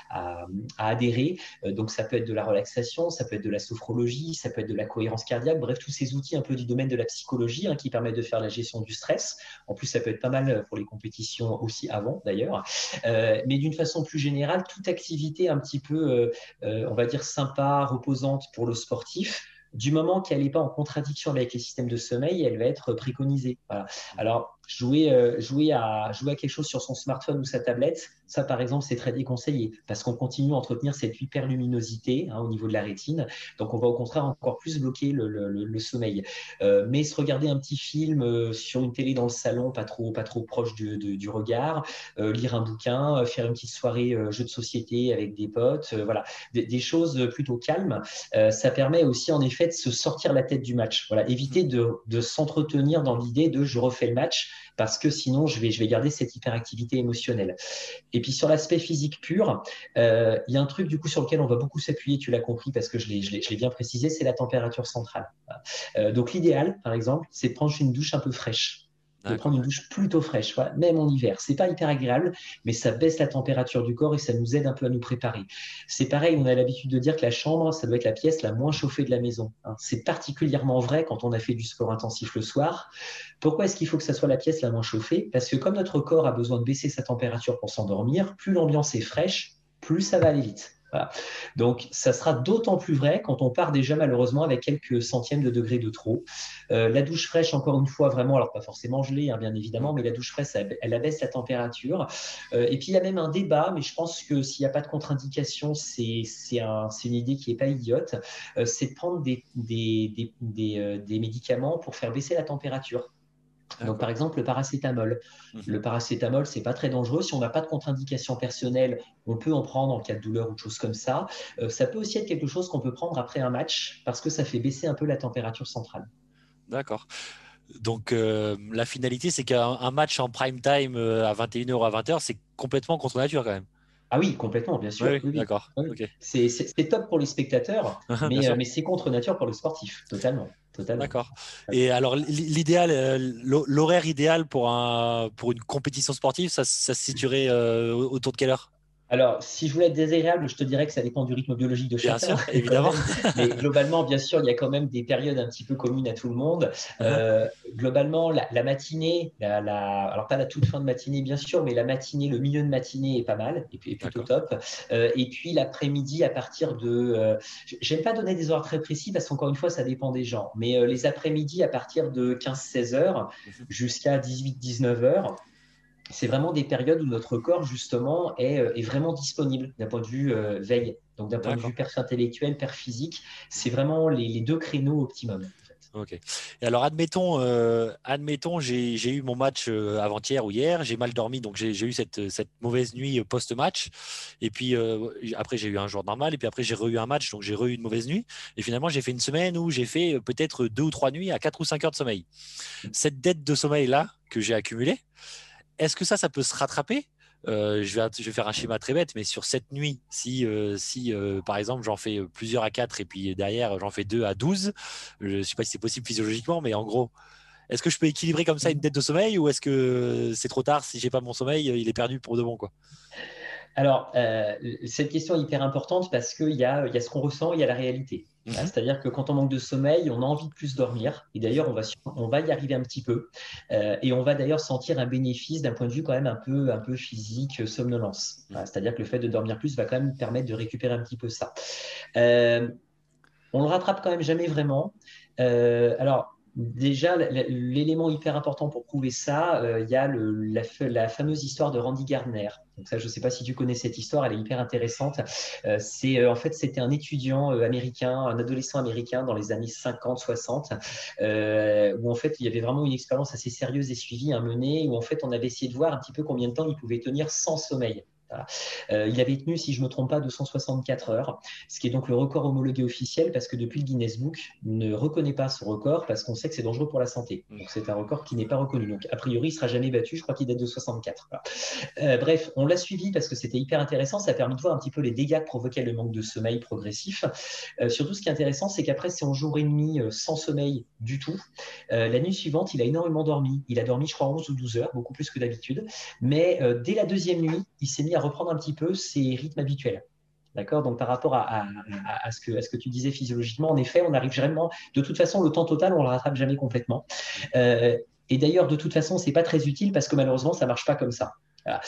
à adhérer. Donc ça peut être de la relaxation, ça peut être de la sophrologie, ça peut être de la cohérence cardiaque, bref, tous ces outils un peu du domaine de la psychologie, hein, qui permettent de faire la gestion du stress. En plus, ça peut être pas mal pour les compétitions aussi avant d'ailleurs. Mais d'une façon plus générale, toute activité un petit peu on va dire sympa, reposante pour le sportif, du moment qu'elle n'est pas en contradiction avec les systèmes de sommeil, elle va être préconisée. Voilà. Alors, jouer à quelque chose sur son smartphone ou sa tablette, ça, par exemple, c'est très déconseillé parce qu'on continue à entretenir cette hyperluminosité, hein, au niveau de la rétine. Donc, on va au contraire encore plus bloquer le sommeil. Mais se regarder un petit film sur une télé dans le salon, pas trop proche du regard, lire un bouquin, faire une petite soirée jeu de société avec des potes, voilà, des choses plutôt calmes. Ça permet aussi, en effet, de se sortir la tête du match. Voilà, éviter de s'entretenir dans l'idée de je refais le match parce que sinon je vais garder cette hyperactivité émotionnelle. Et puis sur l'aspect physique pur, il y a un truc du coup sur lequel on va beaucoup s'appuyer, tu l'as compris parce que je l'ai bien précisé, c'est la température centrale. Donc l'idéal, par exemple, c'est de prendre une douche un peu fraîche. De prendre une douche plutôt fraîche, voilà, même en hiver. C'est pas hyper agréable, mais ça baisse la température du corps et ça nous aide un peu à nous préparer. C'est pareil, on a l'habitude de dire que la chambre, ça doit être la pièce la moins chauffée de la maison, hein. C'est particulièrement vrai quand on a fait du sport intensif le soir. Pourquoi est-ce qu'il faut que ça soit la pièce la moins chauffée? Parce que comme notre corps a besoin de baisser sa température pour s'endormir, plus l'ambiance est fraîche, plus ça va aller vite. Voilà. Donc, ça sera d'autant plus vrai quand on part déjà malheureusement avec quelques centièmes de degrés de trop. La douche fraîche, encore une fois, vraiment, alors pas forcément gelée, hein, bien évidemment, mais la douche fraîche, elle abaisse la température. Et puis, il y a même un débat, mais je pense que s'il n'y a pas de contre-indication, c'est une idée qui n'est pas idiote, c'est de prendre des médicaments pour faire baisser la température. Donc, par exemple, le paracétamol. Le paracétamol, c'est pas très dangereux. Si on n'a pas de contre-indication personnelle, on peut en prendre en cas de douleur ou de choses comme ça. Ça peut aussi être quelque chose qu'on peut prendre après un match parce que ça fait baisser un peu la température centrale. D'accord. Donc, la finalité, c'est qu'un match en prime time à 21h ou à 20h, c'est complètement contre nature quand même. Ah oui, complètement, bien sûr. Oui, Oui, oui. d'accord. Oui. Okay. C'est top pour les spectateurs, mais c'est contre nature pour le sportif, totalement. D'accord. Et alors, l'idéal, l'horaire idéal pour une compétition sportive, ça se situerait autour de quelle heure? Alors, si je voulais être désagréable, je te dirais que ça dépend du rythme biologique de chacun. Bien sûr, évidemment. Mais globalement, bien sûr, il y a quand même des périodes un petit peu communes à tout le monde. Globalement, la matinée, alors pas la toute fin de matinée, bien sûr, mais la matinée, le milieu de matinée est pas mal, et puis est plutôt top. Et puis l'après-midi, à partir de... j'aime pas donner des horaires très précis parce qu'encore une fois, ça dépend des gens. Mais les après-midi, à partir de 15-16 heures jusqu'à 18-19 heures, c'est vraiment des périodes où notre corps, justement, est vraiment disponible d'un point de vue veille. Donc, d'un point de vue perf intellectuel, perf physique, c'est vraiment les deux créneaux optimum. En fait. Ok. Et alors, admettons, j'ai eu mon match avant-hier ou hier, j'ai mal dormi, donc j'ai eu cette mauvaise nuit post-match. Et puis, après, j'ai eu un jour normal, et puis après, j'ai eu un match, donc j'ai eu une mauvaise nuit. Et finalement, j'ai fait une semaine où j'ai fait peut-être 2 ou 3 nuits à 4 ou 5 heures de sommeil. Cette dette de sommeil-là que j'ai accumulée, est-ce que ça peut se rattraper? Je vais faire un schéma très bête, mais sur cette nuit, si par exemple j'en fais plusieurs à 4 et puis derrière j'en fais 2 à 12, je ne sais pas si c'est possible physiologiquement, mais en gros, est-ce que je peux équilibrer comme ça une dette de sommeil ou est-ce que c'est trop tard? Si j'ai pas mon sommeil, il est perdu pour de bon, quoi? Alors, cette question est hyper importante parce qu'il y a ce qu'on ressent, il y a la réalité. C'est-à-dire que quand on manque de sommeil, on a envie de plus dormir. Et d'ailleurs, on va y arriver un petit peu. Et on va d'ailleurs sentir un bénéfice d'un point de vue quand même un peu physique, somnolence. C'est-à-dire que le fait de dormir plus va quand même permettre de récupérer un petit peu ça. On le rattrape quand même jamais vraiment. Alors, déjà, l'élément hyper important pour prouver ça, il y a la fameuse histoire de Randy Gardner. Donc ça, je ne sais pas si tu connais cette histoire, elle est hyper intéressante. En fait, c'était un étudiant américain, un adolescent américain dans les années 50-60, où en fait, il y avait vraiment une expérience assez sérieuse et suivie à mener, où en fait, on avait essayé de voir un petit peu combien de temps il pouvait tenir sans sommeil. Voilà. Il avait tenu, si je ne me trompe pas, 264 heures, ce qui est donc le record homologué officiel parce que depuis le Guinness Book ne reconnaît pas ce record parce qu'on sait que c'est dangereux pour la santé. Donc c'est un record qui n'est pas reconnu. Donc a priori, il ne sera jamais battu. Je crois qu'il date de 64. Voilà. Bref, on l'a suivi parce que c'était hyper intéressant. Ça a permis de voir un petit peu les dégâts que provoquait le manque de sommeil progressif. Surtout, ce qui est intéressant, c'est qu'après, c'est en jour et demi sans sommeil du tout. La nuit suivante, il a énormément dormi. Il a dormi, je crois, 11 ou 12 heures, beaucoup plus que d'habitude. Mais dès la deuxième nuit, il s'est mis à reprendre un petit peu ses rythmes habituels. D'accord. Donc, par rapport à ce que tu disais physiologiquement, en effet, on arrive vraiment. De toute façon, le temps total, on ne le rattrape jamais complètement. Et d'ailleurs, de toute façon, ce n'est pas très utile parce que malheureusement, ça ne marche pas comme ça. Voilà.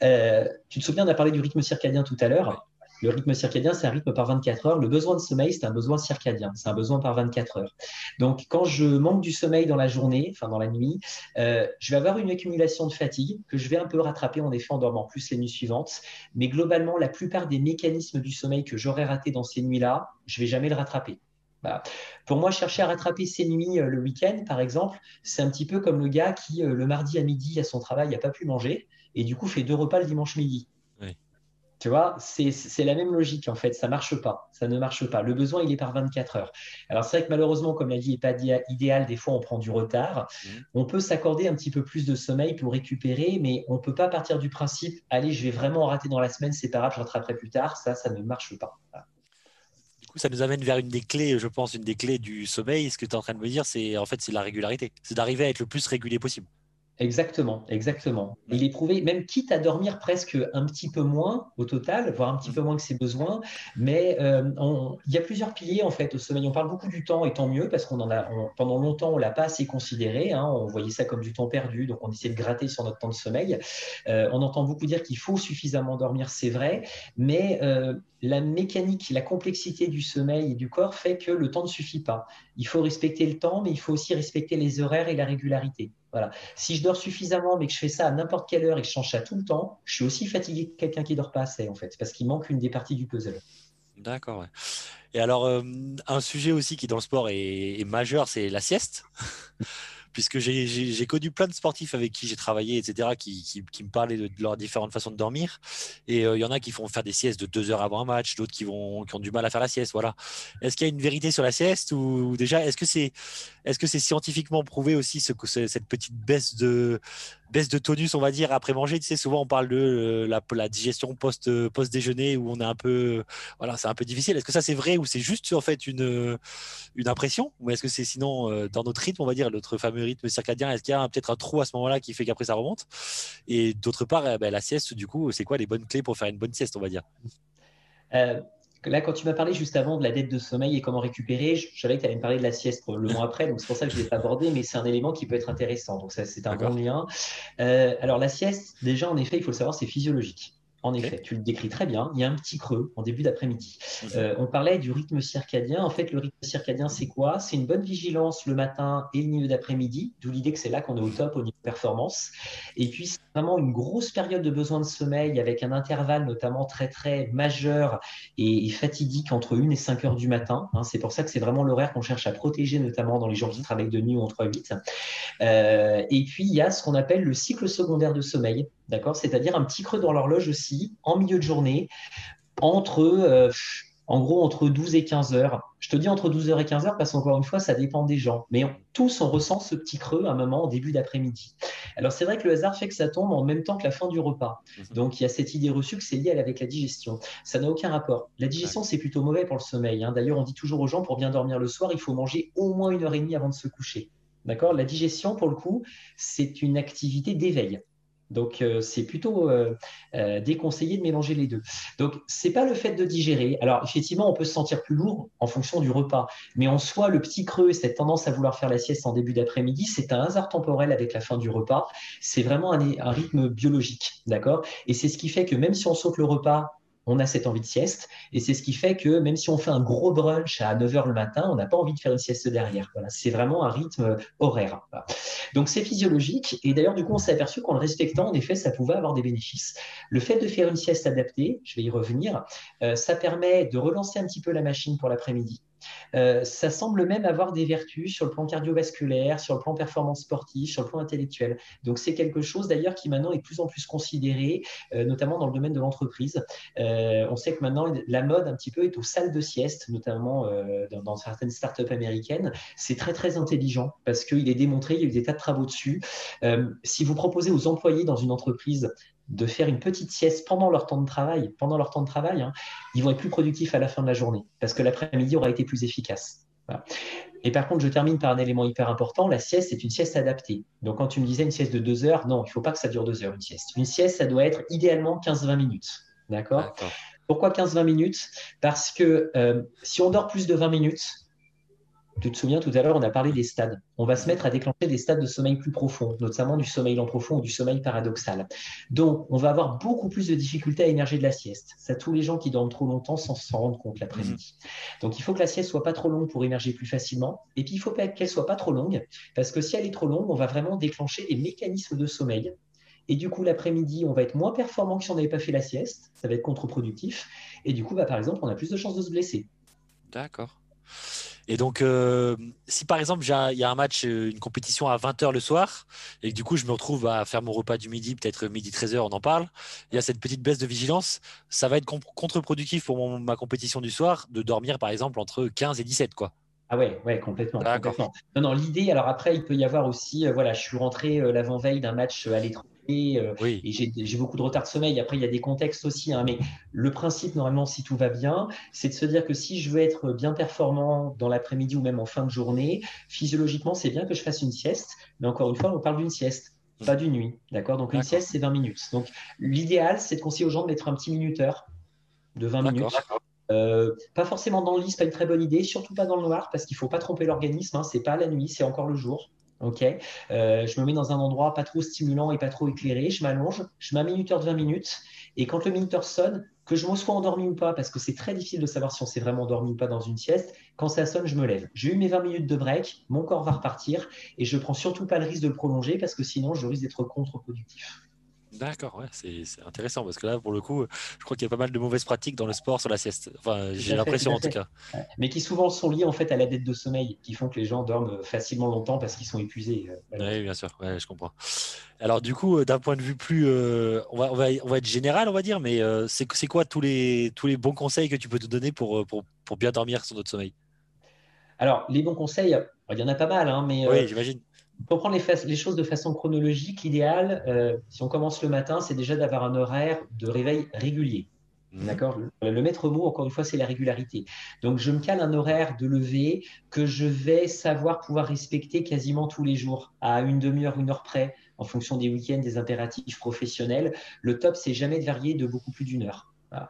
Tu te souviens, on a parlé du rythme circadien tout à l'heure. Le rythme circadien, c'est un rythme par 24 heures. Le besoin de sommeil, c'est un besoin circadien. C'est un besoin par 24 heures. Donc, quand je manque du sommeil dans la journée, enfin dans la nuit, je vais avoir une accumulation de fatigue que je vais un peu rattraper en effet en dormant plus les nuits suivantes. Mais globalement, la plupart des mécanismes du sommeil que j'aurais ratés dans ces nuits-là, je ne vais jamais le rattraper. Voilà. Pour moi, chercher à rattraper ces nuits le week-end, par exemple, c'est un petit peu comme le gars qui, le mardi à midi, à son travail, n'a pas pu manger et du coup fait 2 repas le dimanche midi. Oui. Tu vois, c'est la même logique en fait, ça marche pas, ça ne marche pas. Le besoin, il est par 24 heures. Alors c'est vrai que malheureusement, comme la vie n'est pas idéale, des fois on prend du retard. On peut s'accorder un petit peu plus de sommeil pour récupérer, mais on ne peut pas partir du principe, allez, je vais vraiment rater dans la semaine, c'est pas grave, je rattraperai plus tard. Ça ne marche pas. Voilà. Du coup, ça nous amène vers une des clés, je pense, une des clés du sommeil. Ce que tu es en train de me dire, c'est en fait, c'est la régularité. C'est d'arriver à être le plus régulier possible. Exactement, exactement. Ouais. Il est prouvé, même quitte à dormir presque un petit peu moins au total, voire un petit peu moins que ses besoins, mais il y a plusieurs piliers en fait au sommeil. On parle beaucoup du temps et tant mieux parce pendant longtemps on l'a pas assez considéré, hein. On voyait ça comme du temps perdu, donc on essayait de gratter sur notre temps de sommeil. On entend beaucoup dire qu'il faut suffisamment dormir, c'est vrai, mais la mécanique, la complexité du sommeil et du corps fait que le temps ne suffit pas. Il faut respecter le temps, mais il faut aussi respecter les horaires et la régularité. Voilà. Si je dors suffisamment, mais que je fais ça à n'importe quelle heure et que je change ça tout le temps, je suis aussi fatigué que quelqu'un qui dort pas assez, en fait, parce qu'il manque une des parties du puzzle. D'accord. Ouais. Et alors, un sujet aussi qui dans le sport est majeur, c'est la sieste. Puisque j'ai connu plein de sportifs avec qui j'ai travaillé, etc., qui me parlaient de leurs différentes façons de dormir. Et il y en a qui font faire des siestes de 2 heures avant un match, d'autres qui ont du mal à faire la sieste. Voilà. Est-ce qu'il y a une vérité sur la sieste ou déjà, est-ce que c'est scientifiquement prouvé aussi cette petite baisse de tonus, on va dire, après manger? Tu sais, souvent on parle de la digestion post-déjeuner où on est un peu, voilà, c'est un peu difficile. Est-ce que ça c'est vrai ou c'est juste en fait une impression, ou est-ce que c'est sinon dans notre rythme, on va dire, notre fameux rythme circadien, est-ce qu'il y a peut-être un trou à ce moment-là qui fait qu'après ça remonte? Et d'autre part, la sieste, du coup, c'est quoi les bonnes clés pour faire une bonne sieste, on va dire? Euh, Là, quand tu m'as parlé juste avant de la dette de sommeil et comment récupérer, je savais que tu allais me parler de la sieste probablement après, donc c'est pour ça que je ne l'ai pas abordé, mais c'est un élément qui peut être intéressant. Donc, ça, c'est un bon D'accord. lien. Alors, la sieste, déjà, en effet, il faut le savoir, c'est physiologique. En Ok. effet, tu le décris très bien. Il y a un petit creux en début d'après-midi. Mhm. On parlait du rythme circadien. En fait, le rythme circadien, c'est quoi? C'est une bonne vigilance le matin et le milieu d'après-midi, d'où l'idée que c'est là qu'on est au top au niveau performance. Et puis, c'est vraiment une grosse période de besoin de sommeil avec un intervalle notamment très, très majeur et fatidique entre 1 et 5 heures du matin. Hein. C'est pour ça que c'est vraiment l'horaire qu'on cherche à protéger, notamment dans les gens qui travaillent de nuit ou entre 8. Et puis, il y a ce qu'on appelle le cycle secondaire de sommeil, d'accord? C'est-à-dire un petit creux dans l'horloge aussi, en milieu de journée, en gros, entre 12 et 15 heures. Je te dis entre 12 heures et 15 heures parce qu'encore une fois, ça dépend des gens. Mais tous, on ressent ce petit creux à un moment en début d'après-midi. Alors, c'est vrai que le hasard fait que ça tombe en même temps que la fin du repas. Donc, il y a cette idée reçue que c'est lié avec la digestion. Ça n'a aucun rapport. La digestion, c'est plutôt mauvais pour le sommeil, hein. D'ailleurs, on dit toujours aux gens, pour bien dormir le soir, il faut manger au moins 1 heure et demie avant de se coucher. D'accord? La digestion, pour le coup, c'est une activité d'éveil. Donc, c'est plutôt déconseillé de mélanger les deux. Donc, ce n'est pas le fait de digérer. Alors, effectivement, on peut se sentir plus lourd en fonction du repas. Mais en soi, le petit creux, cette tendance à vouloir faire la sieste en début d'après-midi, c'est un hasard temporel avec la fin du repas. C'est vraiment un rythme biologique. D'accord? Et c'est ce qui fait que même si on saute le repas, on a cette envie de sieste. Et c'est ce qui fait que même si on fait un gros brunch à 9 heures le matin, on n'a pas envie de faire une sieste derrière. Voilà, c'est vraiment un rythme horaire. Voilà. Donc c'est physiologique. Et d'ailleurs, du coup, on s'est aperçu qu'en le respectant, en effet, ça pouvait avoir des bénéfices. Le fait de faire une sieste adaptée, je vais y revenir, ça permet de relancer un petit peu la machine pour l'après-midi. Ça semble même avoir des vertus sur le plan cardiovasculaire, sur le plan performance sportive, sur le plan intellectuel. Donc c'est quelque chose d'ailleurs qui maintenant est de plus en plus considéré, notamment dans le domaine de l'entreprise. On sait que maintenant la mode un petit peu est aux salles de sieste, notamment dans certaines startups américaines. C'est très très intelligent parce qu'il est démontré, il y a eu des tas de travaux dessus. Si vous proposez aux employés dans une entreprise de faire une petite sieste pendant leur temps de travail, hein, ils vont être plus productifs à la fin de la journée parce que l'après-midi aura été plus efficace. Voilà. Et par contre, je termine par un élément hyper important. La sieste est une sieste adaptée. Donc, quand tu me disais une sieste de 2 heures, non, il ne faut pas que ça dure 2 heures, une sieste. Une sieste, ça doit être idéalement 15-20 minutes. D'accord ? Pourquoi 15-20 minutes ? Parce que si on dort plus de 20 minutes, tu te souviens, tout à l'heure, on a parlé des stades. On va se mettre à déclencher des stades de sommeil plus profonds, notamment du sommeil lent profond ou du sommeil paradoxal. Donc, on va avoir beaucoup plus de difficultés à émerger de la sieste. C'est à tous les gens qui dorment trop longtemps sans s'en rendre compte l'après-midi. Donc, il faut que la sieste soit pas trop longue pour émerger plus facilement. Et puis, il faut qu'elle soit pas trop longue, parce que si elle est trop longue, on va vraiment déclencher des mécanismes de sommeil. Et du coup, l'après-midi, on va être moins performant que si on n'avait pas fait la sieste. Ça va être contre-productif. Et du coup, par exemple, on a plus de chances de se blesser. D'accord. Et donc, si par exemple, il y a un match, une compétition à 20h le soir, et que du coup, je me retrouve à faire mon repas du midi, peut-être midi 13h, on en parle, il y a cette petite baisse de vigilance, ça va être contre-productif pour ma compétition du soir de dormir, par exemple, entre 15 et 17, quoi. Ah ouais, complètement, D'accord. complètement. Non, l'idée, alors après, il peut y avoir aussi, voilà, je suis rentré l'avant-veille d'un match à l'étranger Oui. et j'ai beaucoup de retard de sommeil. Après, il y a des contextes aussi, hein, mais le principe, normalement, si tout va bien, c'est de se dire que si je veux être bien performant dans l'après-midi ou même en fin de journée, physiologiquement, c'est bien que je fasse une sieste. Mais encore une fois, on parle d'une sieste, pas d'une nuit. D'accord ? Donc, une sieste, c'est 20 minutes. Donc, l'idéal, c'est de conseiller aux gens de mettre un petit minuteur de 20 minutes. Pas forcément dans le lit, c'est pas une très bonne idée, surtout pas dans le noir, parce qu'il faut pas tromper l'organisme, hein, c'est pas la nuit, c'est encore le jour. Ok, je me mets dans un endroit pas trop stimulant et pas trop éclairé, je m'allonge, je mets un minuteur de 20 minutes, et quand le minuteur sonne, que je me sois endormi ou pas, parce que c'est très difficile de savoir si on s'est vraiment endormi ou pas dans une sieste, quand ça sonne, je me lève. J'ai eu mes 20 minutes de break, mon corps va repartir, et je prends surtout pas le risque de le prolonger, parce que sinon, je risque d'être contre-productif. D'accord, ouais, c'est intéressant parce que là, pour le coup, je crois qu'il y a pas mal de mauvaises pratiques dans le sport sur la sieste. Enfin, j'ai l'impression en tout cas. Ouais. Mais qui souvent sont liés en fait à la dette de sommeil, qui font que les gens dorment facilement longtemps parce qu'ils sont épuisés. Oui, bien sûr, ouais, je comprends. Alors du coup, d'un point de vue plus, on va être général, on va dire, mais c'est quoi tous les bons conseils que tu peux te donner pour bien dormir sur notre sommeil? Alors, les bons conseils, il y en a pas mal, hein, mais Oui, j'imagine. pour prendre les choses de façon chronologique, l'idéal, si on commence le matin, c'est déjà d'avoir un horaire de réveil régulier. Mhm. D'accord. Le maître mot, encore une fois, c'est la régularité. Donc, je me cale un horaire de lever que je vais savoir pouvoir respecter quasiment tous les jours, à une demi-heure, 1 heure près, en fonction des week-ends, des impératifs professionnels. Le top, c'est jamais de varier de beaucoup plus d'1 heure. Voilà.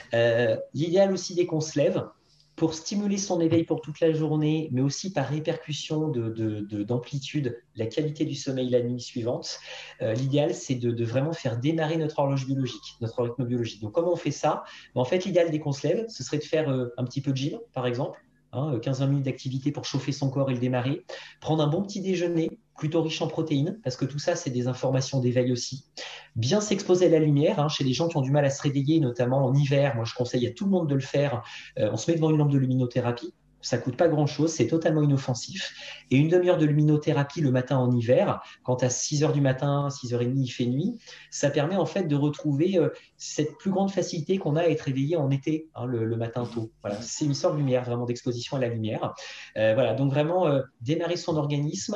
L'idéal aussi, dès qu'on se lève, pour stimuler son éveil pour toute la journée, mais aussi par répercussion d'amplitude, la qualité du sommeil la nuit suivante, l'idéal, c'est de vraiment faire démarrer notre horloge biologique, notre rythme biologique. Donc, comment on fait ça? En fait, l'idéal, dès qu'on se lève, ce serait de faire un petit peu de gym, par exemple, hein, 15-20 minutes d'activité pour chauffer son corps et le démarrer, prendre un bon petit déjeuner, plutôt riche en protéines, parce que tout ça, c'est des informations d'éveil aussi. Bien s'exposer à la lumière, hein, chez les gens qui ont du mal à se réveiller, notamment en hiver. Moi, je conseille à tout le monde de le faire. On se met devant une lampe de luminothérapie. Ça coûte pas grand-chose, c'est totalement inoffensif. Et une demi-heure de luminothérapie le matin en hiver, quand à 6 heures du matin, 6h30, il fait nuit, ça permet en fait de retrouver cette plus grande facilité qu'on a à être réveillé en été, hein, le matin tôt. Voilà, c'est une sorte de lumière, vraiment d'exposition à la lumière. Voilà, donc vraiment démarrer son organisme,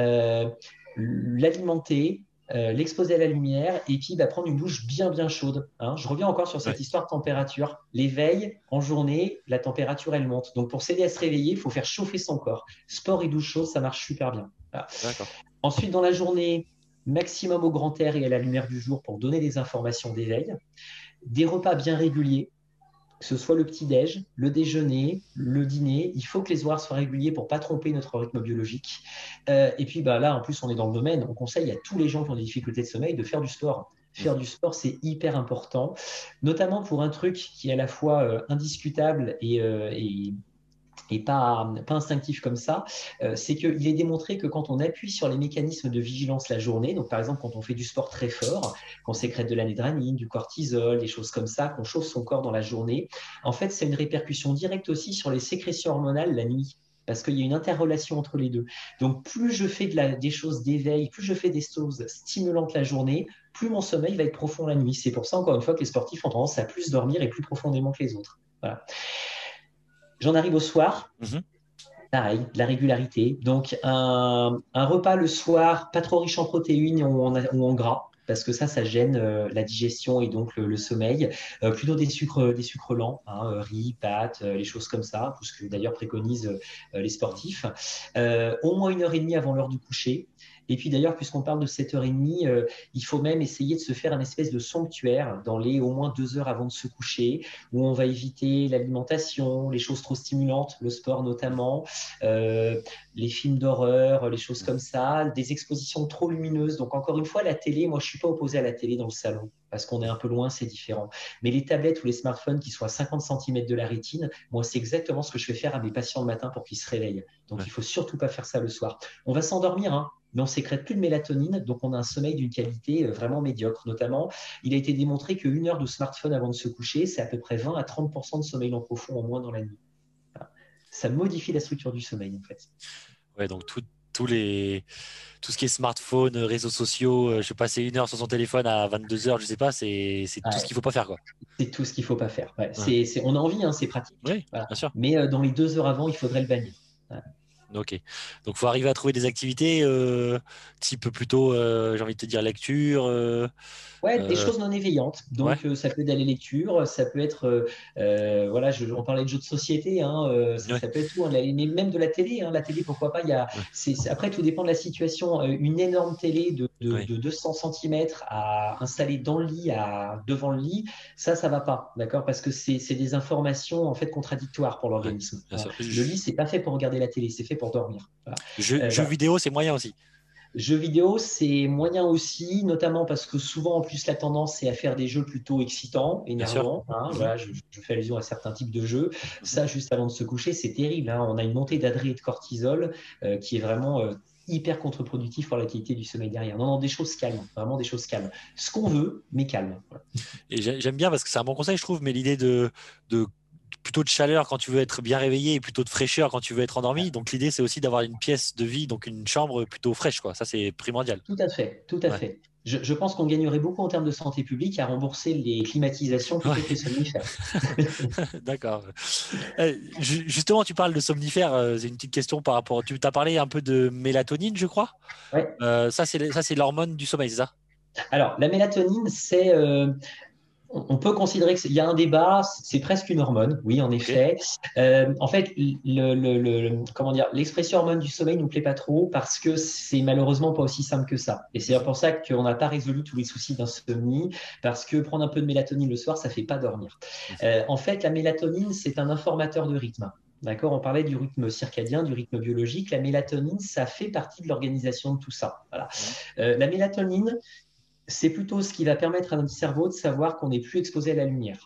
l'alimenter, l'exposer à la lumière et puis prendre une douche bien bien chaude, hein. Je reviens encore sur cette Ouais. histoire de température. L'éveil, en journée, la température elle monte. Donc pour s'aider à se réveiller, il faut faire chauffer son corps. Sport et douche chaude, ça marche super bien. Voilà. D'accord. Ensuite, dans la journée, maximum au grand air et à la lumière du jour pour donner des informations d'éveil. Des repas bien réguliers, que ce soit le petit-déj, le déjeuner, le dîner, il faut que les horaires soient réguliers pour ne pas tromper notre rythme biologique. Et puis là, en plus, on est dans le domaine, on conseille à tous les gens qui ont des difficultés de sommeil de faire du sport. Faire du sport, c'est hyper important, notamment pour un truc qui est à la fois indiscutable et pas instinctif comme ça, c'est qu'il est démontré que quand on appuie sur les mécanismes de vigilance la journée, donc par exemple quand on fait du sport très fort, qu'on sécrète de l'adrénaline, du cortisol, des choses comme ça, qu'on chauffe son corps dans la journée, en fait c'est une répercussion directe aussi sur les sécrétions hormonales la nuit. Parce qu'il y a une interrelation entre les deux. Donc, plus je fais des choses d'éveil, plus je fais des choses stimulantes la journée, plus mon sommeil va être profond la nuit. C'est pour ça, encore une fois, que les sportifs ont tendance à plus dormir et plus profondément que les autres. Voilà. J'en arrive au soir. Pareil, de la régularité. Donc, un repas le soir, pas trop riche en protéines ou en gras, parce que ça gêne la digestion et donc le sommeil. Plutôt des sucres lents, hein, riz, pâtes, les choses comme ça, tout ce que d'ailleurs préconisent les sportifs. Au moins 1 heure et demie avant l'heure du coucher. Et puis d'ailleurs, puisqu'on parle de 7h30, il faut même essayer de se faire un espèce de sanctuaire dans les au moins 2 heures avant de se coucher, où on va éviter l'alimentation, les choses trop stimulantes, le sport notamment, les films d'horreur, les choses comme ça, des expositions trop lumineuses. Donc encore une fois, la télé, moi je ne suis pas opposé à la télé dans le salon, parce qu'on est un peu loin, c'est différent. Mais les tablettes ou les smartphones qui sont à 50 cm de la rétine, moi c'est exactement ce que je fais faire à mes patients le matin pour qu'ils se réveillent. Donc il ne faut surtout pas faire ça le soir. On va s'endormir, hein, mais on ne sécrète plus de mélatonine, donc on a un sommeil d'une qualité vraiment médiocre. Notamment, il a été démontré qu'une heure de smartphone avant de se coucher, c'est à peu près 20 à 30% de sommeil non profond en moins dans la nuit. Voilà. Ça modifie la structure du sommeil, en fait. Ouais, donc tout ce qui est smartphone, réseaux sociaux, je passer 1 heure sur son téléphone à 22 heures, je sais pas, c'est tout ce qu'il faut pas faire, quoi. C'est tout ce qu'il faut pas faire. Ouais. On a envie, hein, c'est pratique. Oui, voilà. bien sûr. Mais dans les 2 heures avant, il faudrait le bannir. Ouais. Ok. Donc, il faut arriver à trouver des activités type plutôt, j'ai envie de te dire, lecture. Ouais, des choses non éveillantes. Donc, ça peut être aller lecture, ça peut être, voilà, on parlait de jeux de société, hein, ça peut être tout, hein, mais même de la télé. Hein, la télé, pourquoi pas. Après, tout dépend de la situation. Une énorme télé de 200 cm à installer dans le lit, devant le lit, ça va pas, d'accord? Parce que c'est des informations en fait contradictoires pour l'organisme. Bien sûr. Le lit, c'est pas fait pour regarder la télé, c'est fait pour dormir. Voilà. Jeux vidéo, c'est moyen aussi. Jeux vidéo, c'est moyen aussi, notamment parce que souvent, en plus, la tendance, c'est à faire des jeux plutôt excitants, énervants. Hein, voilà, je fais allusion à certains types de jeux. Ça, juste avant de se coucher, c'est terrible. Hein. On a une montée d'adré et de cortisol qui est vraiment hyper contre-productif pour la qualité du sommeil derrière. Non, des choses calmes, vraiment des choses calmes. Ce qu'on veut, mais calme. Voilà. Et j'aime bien parce que c'est un bon conseil, je trouve, mais l'idée de plutôt de chaleur quand tu veux être bien réveillé et plutôt de fraîcheur quand tu veux être endormi. Donc l'idée, c'est aussi d'avoir une pièce de vie, donc une chambre plutôt fraîche, quoi. Ça, c'est primordial. Tout à fait, tout à fait. Je pense qu'on gagnerait beaucoup en termes de santé publique à rembourser les climatisations plutôt que les somnifères. D'accord. Justement, tu parles de somnifères. C'est une petite question par rapport. Tu as parlé un peu de mélatonine, je crois. Ouais. Ça, c'est l'hormone du sommeil, c'est ça? Alors, la mélatonine, c'est on peut considérer qu'il y a un débat, c'est presque une hormone, oui, en effet. En fait, comment dire, l'expression hormone du sommeil ne nous plaît pas trop parce que c'est malheureusement pas aussi simple que ça. Et c'est pour ça qu'on n'a pas résolu tous les soucis d'insomnie, parce que prendre un peu de mélatonine le soir, ça ne fait pas dormir. En fait, la mélatonine, c'est un informateur de rythme. D'accord, on parlait du rythme circadien, du rythme biologique. La mélatonine, ça fait partie de l'organisation de tout ça. Voilà. La mélatonine, c'est plutôt ce qui va permettre à notre cerveau de savoir qu'on n'est plus exposé à la lumière.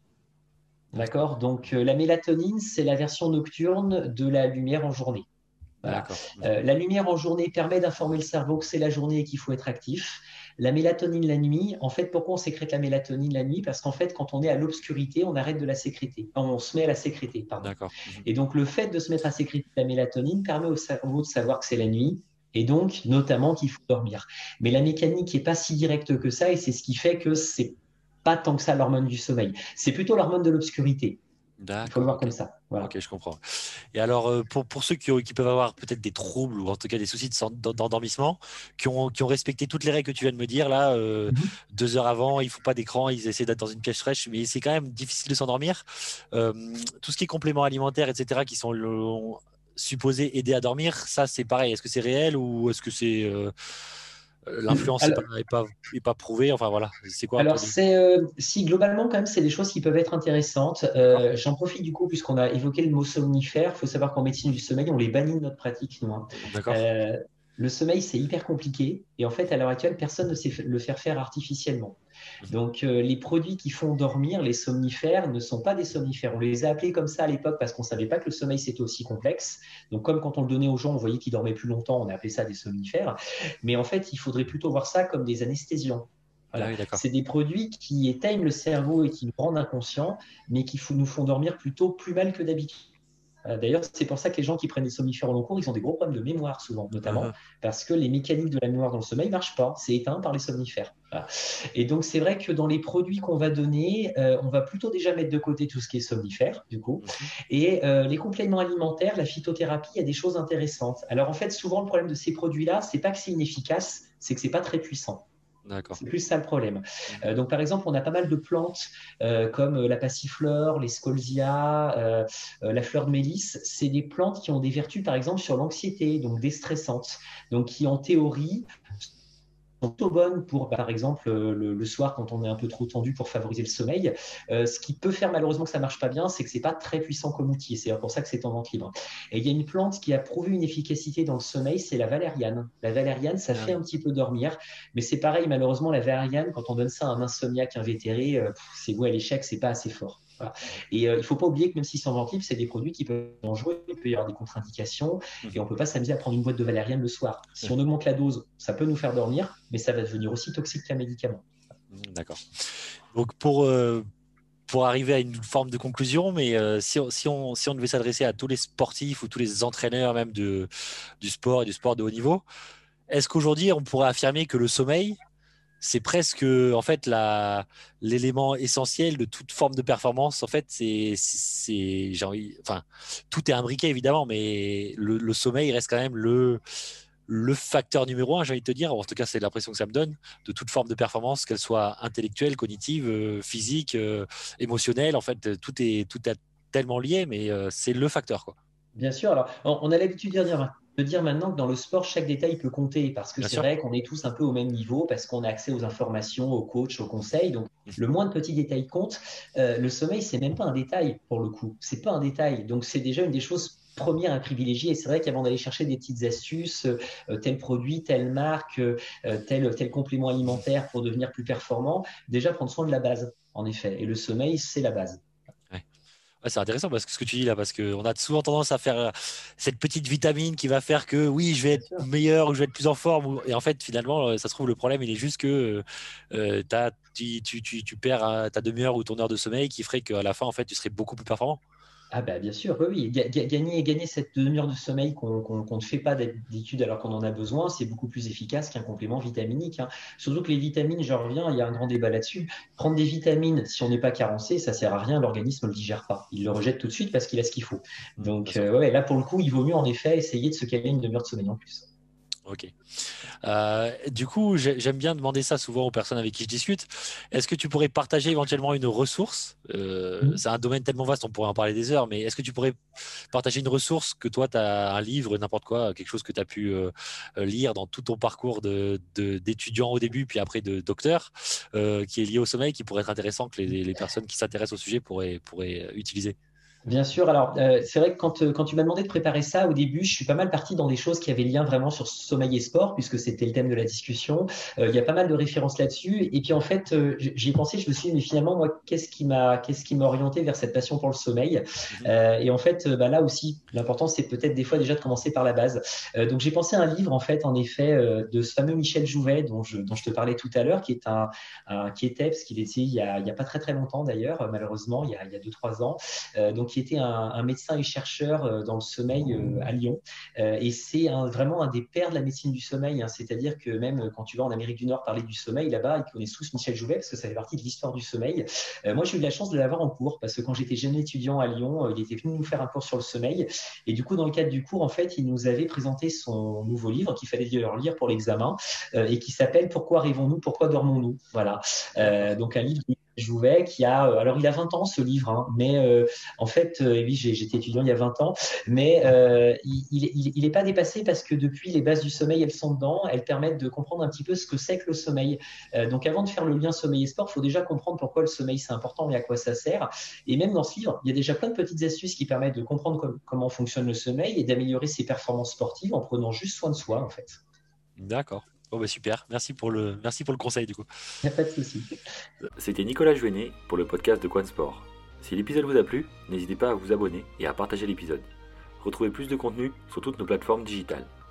D'accord? Donc, la mélatonine, c'est la version nocturne de la lumière en journée. Voilà. La lumière en journée permet d'informer le cerveau que c'est la journée et qu'il faut être actif. La mélatonine la nuit, en fait, pourquoi on sécrète la mélatonine la nuit? Parce qu'en fait, quand on est à l'obscurité, on arrête de la sécréter. Enfin, on se met à la sécréter, pardon. Et donc, le fait de se mettre à sécréter la mélatonine permet au cerveau de savoir que c'est la nuit. Et donc, notamment, qu'il faut dormir. Mais la mécanique n'est pas si directe que ça, et c'est ce qui fait que ce n'est pas tant que ça l'hormone du sommeil. C'est plutôt l'hormone de l'obscurité. Il faut le voir comme ça. Voilà. Ok, je comprends. Et alors, pour ceux qui peuvent avoir peut-être des troubles ou en tout cas des soucis d'endormissement, qui ont respecté toutes les règles que tu viens de me dire, là, 2 heures avant, il ne faut pas d'écran, ils essaient d'être dans une pièce fraîche, mais c'est quand même difficile de s'endormir. Tout ce qui est compléments alimentaires, etc., qui sont supposés aider à dormir, ça c'est pareil. Est-ce que c'est réel ou est-ce que c'est l'influence n'est pas prouvée? Enfin voilà, c'est quoi? Alors si globalement quand même c'est des choses qui peuvent être intéressantes. J'en profite du coup puisqu'on a évoqué le mot somnifère. Il faut savoir qu'en médecine du sommeil on les bannit de notre pratique nous. Hein. D'accord. Le sommeil, c'est hyper compliqué. Et en fait, à l'heure actuelle, personne ne sait le faire artificiellement. Donc, les produits qui font dormir, les somnifères, ne sont pas des somnifères. On les a appelés comme ça à l'époque parce qu'on ne savait pas que le sommeil, c'était aussi complexe. Donc, comme quand on le donnait aux gens, on voyait qu'ils dormaient plus longtemps, on a appelé ça des somnifères. Mais en fait, il faudrait plutôt voir ça comme des anesthésiants. Ah Voilà. oui, d'accord. C'est des produits qui éteignent le cerveau et qui nous rendent inconscients, mais qui nous font dormir plutôt plus mal que d'habitude. D'ailleurs, c'est pour ça que les gens qui prennent des somnifères au long cours, ils ont des gros problèmes de mémoire souvent, notamment parce que les mécaniques de la mémoire dans le sommeil ne marchent pas. C'est éteint par les somnifères. Voilà. Et donc, c'est vrai que dans les produits qu'on va donner, on va plutôt déjà mettre de côté tout ce qui est somnifère, du coup. Et les compléments alimentaires, la phytothérapie, il y a des choses intéressantes. Alors, en fait, souvent, le problème de ces produits-là, c'est pas que c'est inefficace, c'est que c'est pas très puissant. D'accord. C'est plus ça le problème. Donc, par exemple, on a pas mal de plantes comme la passiflore, les scolzia, la fleur de mélisse. C'est des plantes qui ont des vertus, par exemple, sur l'anxiété, donc déstressantes. Donc, qui, en théorie, sont plutôt bonnes pour, par exemple, le soir quand on est un peu trop tendu pour favoriser le sommeil. Ce qui peut faire malheureusement que ça ne marche pas bien, c'est que ce n'est pas très puissant comme outil. C'est pour ça que c'est en vente libre. Et il y a une plante qui a prouvé une efficacité dans le sommeil, c'est la valériane. La valériane, ça fait un petit peu dormir, mais c'est pareil, malheureusement, la valériane, quand on donne ça à un insomniaque invétéré, c'est voué à l'échec, c'est pas assez fort. Voilà. Et il ne faut pas oublier que même s'ils sont vente libre, c'est des produits qui peuvent être dangereux, il peut y avoir des contre-indications, et on ne peut pas s'amuser à prendre une boîte de valériane le soir. Si on augmente la dose, ça peut nous faire dormir, mais ça va devenir aussi toxique qu'un médicament. D'accord. Donc pour arriver à une forme de conclusion, mais si on devait s'adresser à tous les sportifs ou tous les entraîneurs même du sport et du sport de haut niveau, est-ce qu'aujourd'hui on pourrait affirmer que le sommeil, c'est presque en fait l'élément essentiel de toute forme de performance? En fait, enfin, tout est imbriqué évidemment, mais le sommeil reste quand même le facteur numéro un, j'ai envie de te dire. En tout cas, c'est l'impression que ça me donne de toute forme de performance, qu'elle soit intellectuelle, cognitive, physique, émotionnelle. En fait, tout est tellement lié, mais c'est le facteur, quoi. Bien sûr, alors on a l'habitude de dire maintenant que dans le sport, chaque détail peut compter parce que Bien c'est sûr. vrai qu'on est tous un peu au même niveau parce qu'on a accès aux informations, aux coachs, aux conseils. Donc, le moins de petits détails compte. Le sommeil, c'est même pas un détail pour le coup. C'est pas un détail. Donc, c'est déjà une des choses premières à privilégier. Et c'est vrai qu'avant d'aller chercher des petites astuces, tel produit, telle marque, tel complément alimentaire pour devenir plus performant, déjà prendre soin de la base, en effet. Et le sommeil, c'est la base. Ouais, c'est intéressant parce que ce que tu dis là, parce qu'on a souvent tendance à faire cette petite vitamine qui va faire que oui, je vais Bien être sûr. meilleur ou je vais être plus en forme. Et en fait, finalement, ça se trouve, le problème, il est juste que tu perds ta demi-heure ou ton heure de sommeil qui ferait qu'à la fin, en fait, tu serais beaucoup plus performant. Ah bah bien sûr, oui, oui. Gagner cette demi-heure de sommeil qu'on ne fait pas d'études alors qu'on en a besoin, c'est beaucoup plus efficace qu'un complément vitaminique, hein. Surtout que les vitamines, je reviens, il y a un grand débat là-dessus. Prendre des vitamines, si on n'est pas carencé, ça sert à rien, l'organisme ne le digère pas. Il le rejette tout de suite parce qu'il a ce qu'il faut. Bien Donc sûr. ouais, là pour le coup, il vaut mieux en effet essayer de se caler une demi-heure de sommeil en plus. Ok. Du coup, j'aime bien demander ça souvent aux personnes avec qui je discute. Est-ce que tu pourrais partager éventuellement une ressource? C'est un domaine tellement vaste, on pourrait en parler des heures, mais est-ce que tu pourrais partager une ressource que toi, tu as un livre, n'importe quoi, quelque chose que tu as pu lire dans tout ton parcours d'étudiant au début, puis après de docteur, qui est lié au sommeil, qui pourrait être intéressant que les personnes qui s'intéressent au sujet pourraient utiliser? Bien sûr. Alors, c'est vrai que quand tu m'as demandé de préparer ça au début, je suis pas mal parti dans des choses qui avaient lien vraiment sur sommeil et sport, puisque c'était le thème de la discussion. Il y a pas mal de références là-dessus. Et puis, en fait, j'y ai pensé, je me suis dit, mais finalement, moi, qu'est-ce qui m'a orienté vers cette passion pour le sommeil? Et en fait, bah, là aussi, l'important, c'est peut-être des fois déjà de commencer par la base. Donc, j'ai pensé à un livre, en fait, en effet, de ce fameux Michel Jouvet, dont je te parlais tout à l'heure, qui était, parce qu'il était il y a pas très, très longtemps d'ailleurs, malheureusement, il y a 2-3 ans. Donc, qui était un médecin et chercheur dans le sommeil à Lyon. Et c'est vraiment un des pères de la médecine du sommeil, hein. C'est-à-dire que même quand tu vas en Amérique du Nord parler du sommeil, là-bas, ils connaissent tous Michel Jouvet parce que ça fait partie de l'histoire du sommeil. Moi, j'ai eu la chance de l'avoir en cours parce que quand j'étais jeune étudiant à Lyon, il était venu nous faire un cours sur le sommeil. Et du coup, dans le cadre du cours, en fait, il nous avait présenté son nouveau livre qu'il fallait lire pour l'examen et qui s'appelle Pourquoi rêvons-nous, pourquoi dormons-nous? Voilà. Donc, un livre Jouvet, alors il a 20 ans ce livre, hein, mais en fait, oui, j'étais étudiant il y a 20 ans, mais il n'est pas dépassé parce que depuis, les bases du sommeil, elles sont dedans, elles permettent de comprendre un petit peu ce que c'est que le sommeil. Donc avant de faire le lien sommeil et sport, il faut déjà comprendre pourquoi le sommeil c'est important et à quoi ça sert. Et même dans ce livre, il y a déjà plein de petites astuces qui permettent de comprendre comment fonctionne le sommeil et d'améliorer ses performances sportives en prenant juste soin de soi, en fait. D'accord. Bon, bah, super. Merci pour le conseil, du coup. Il n'y a pas de souci. C'était Nicolas Juenet pour le podcast de Quad Sport. Si l'épisode vous a plu, n'hésitez pas à vous abonner et à partager l'épisode. Retrouvez plus de contenu sur toutes nos plateformes digitales.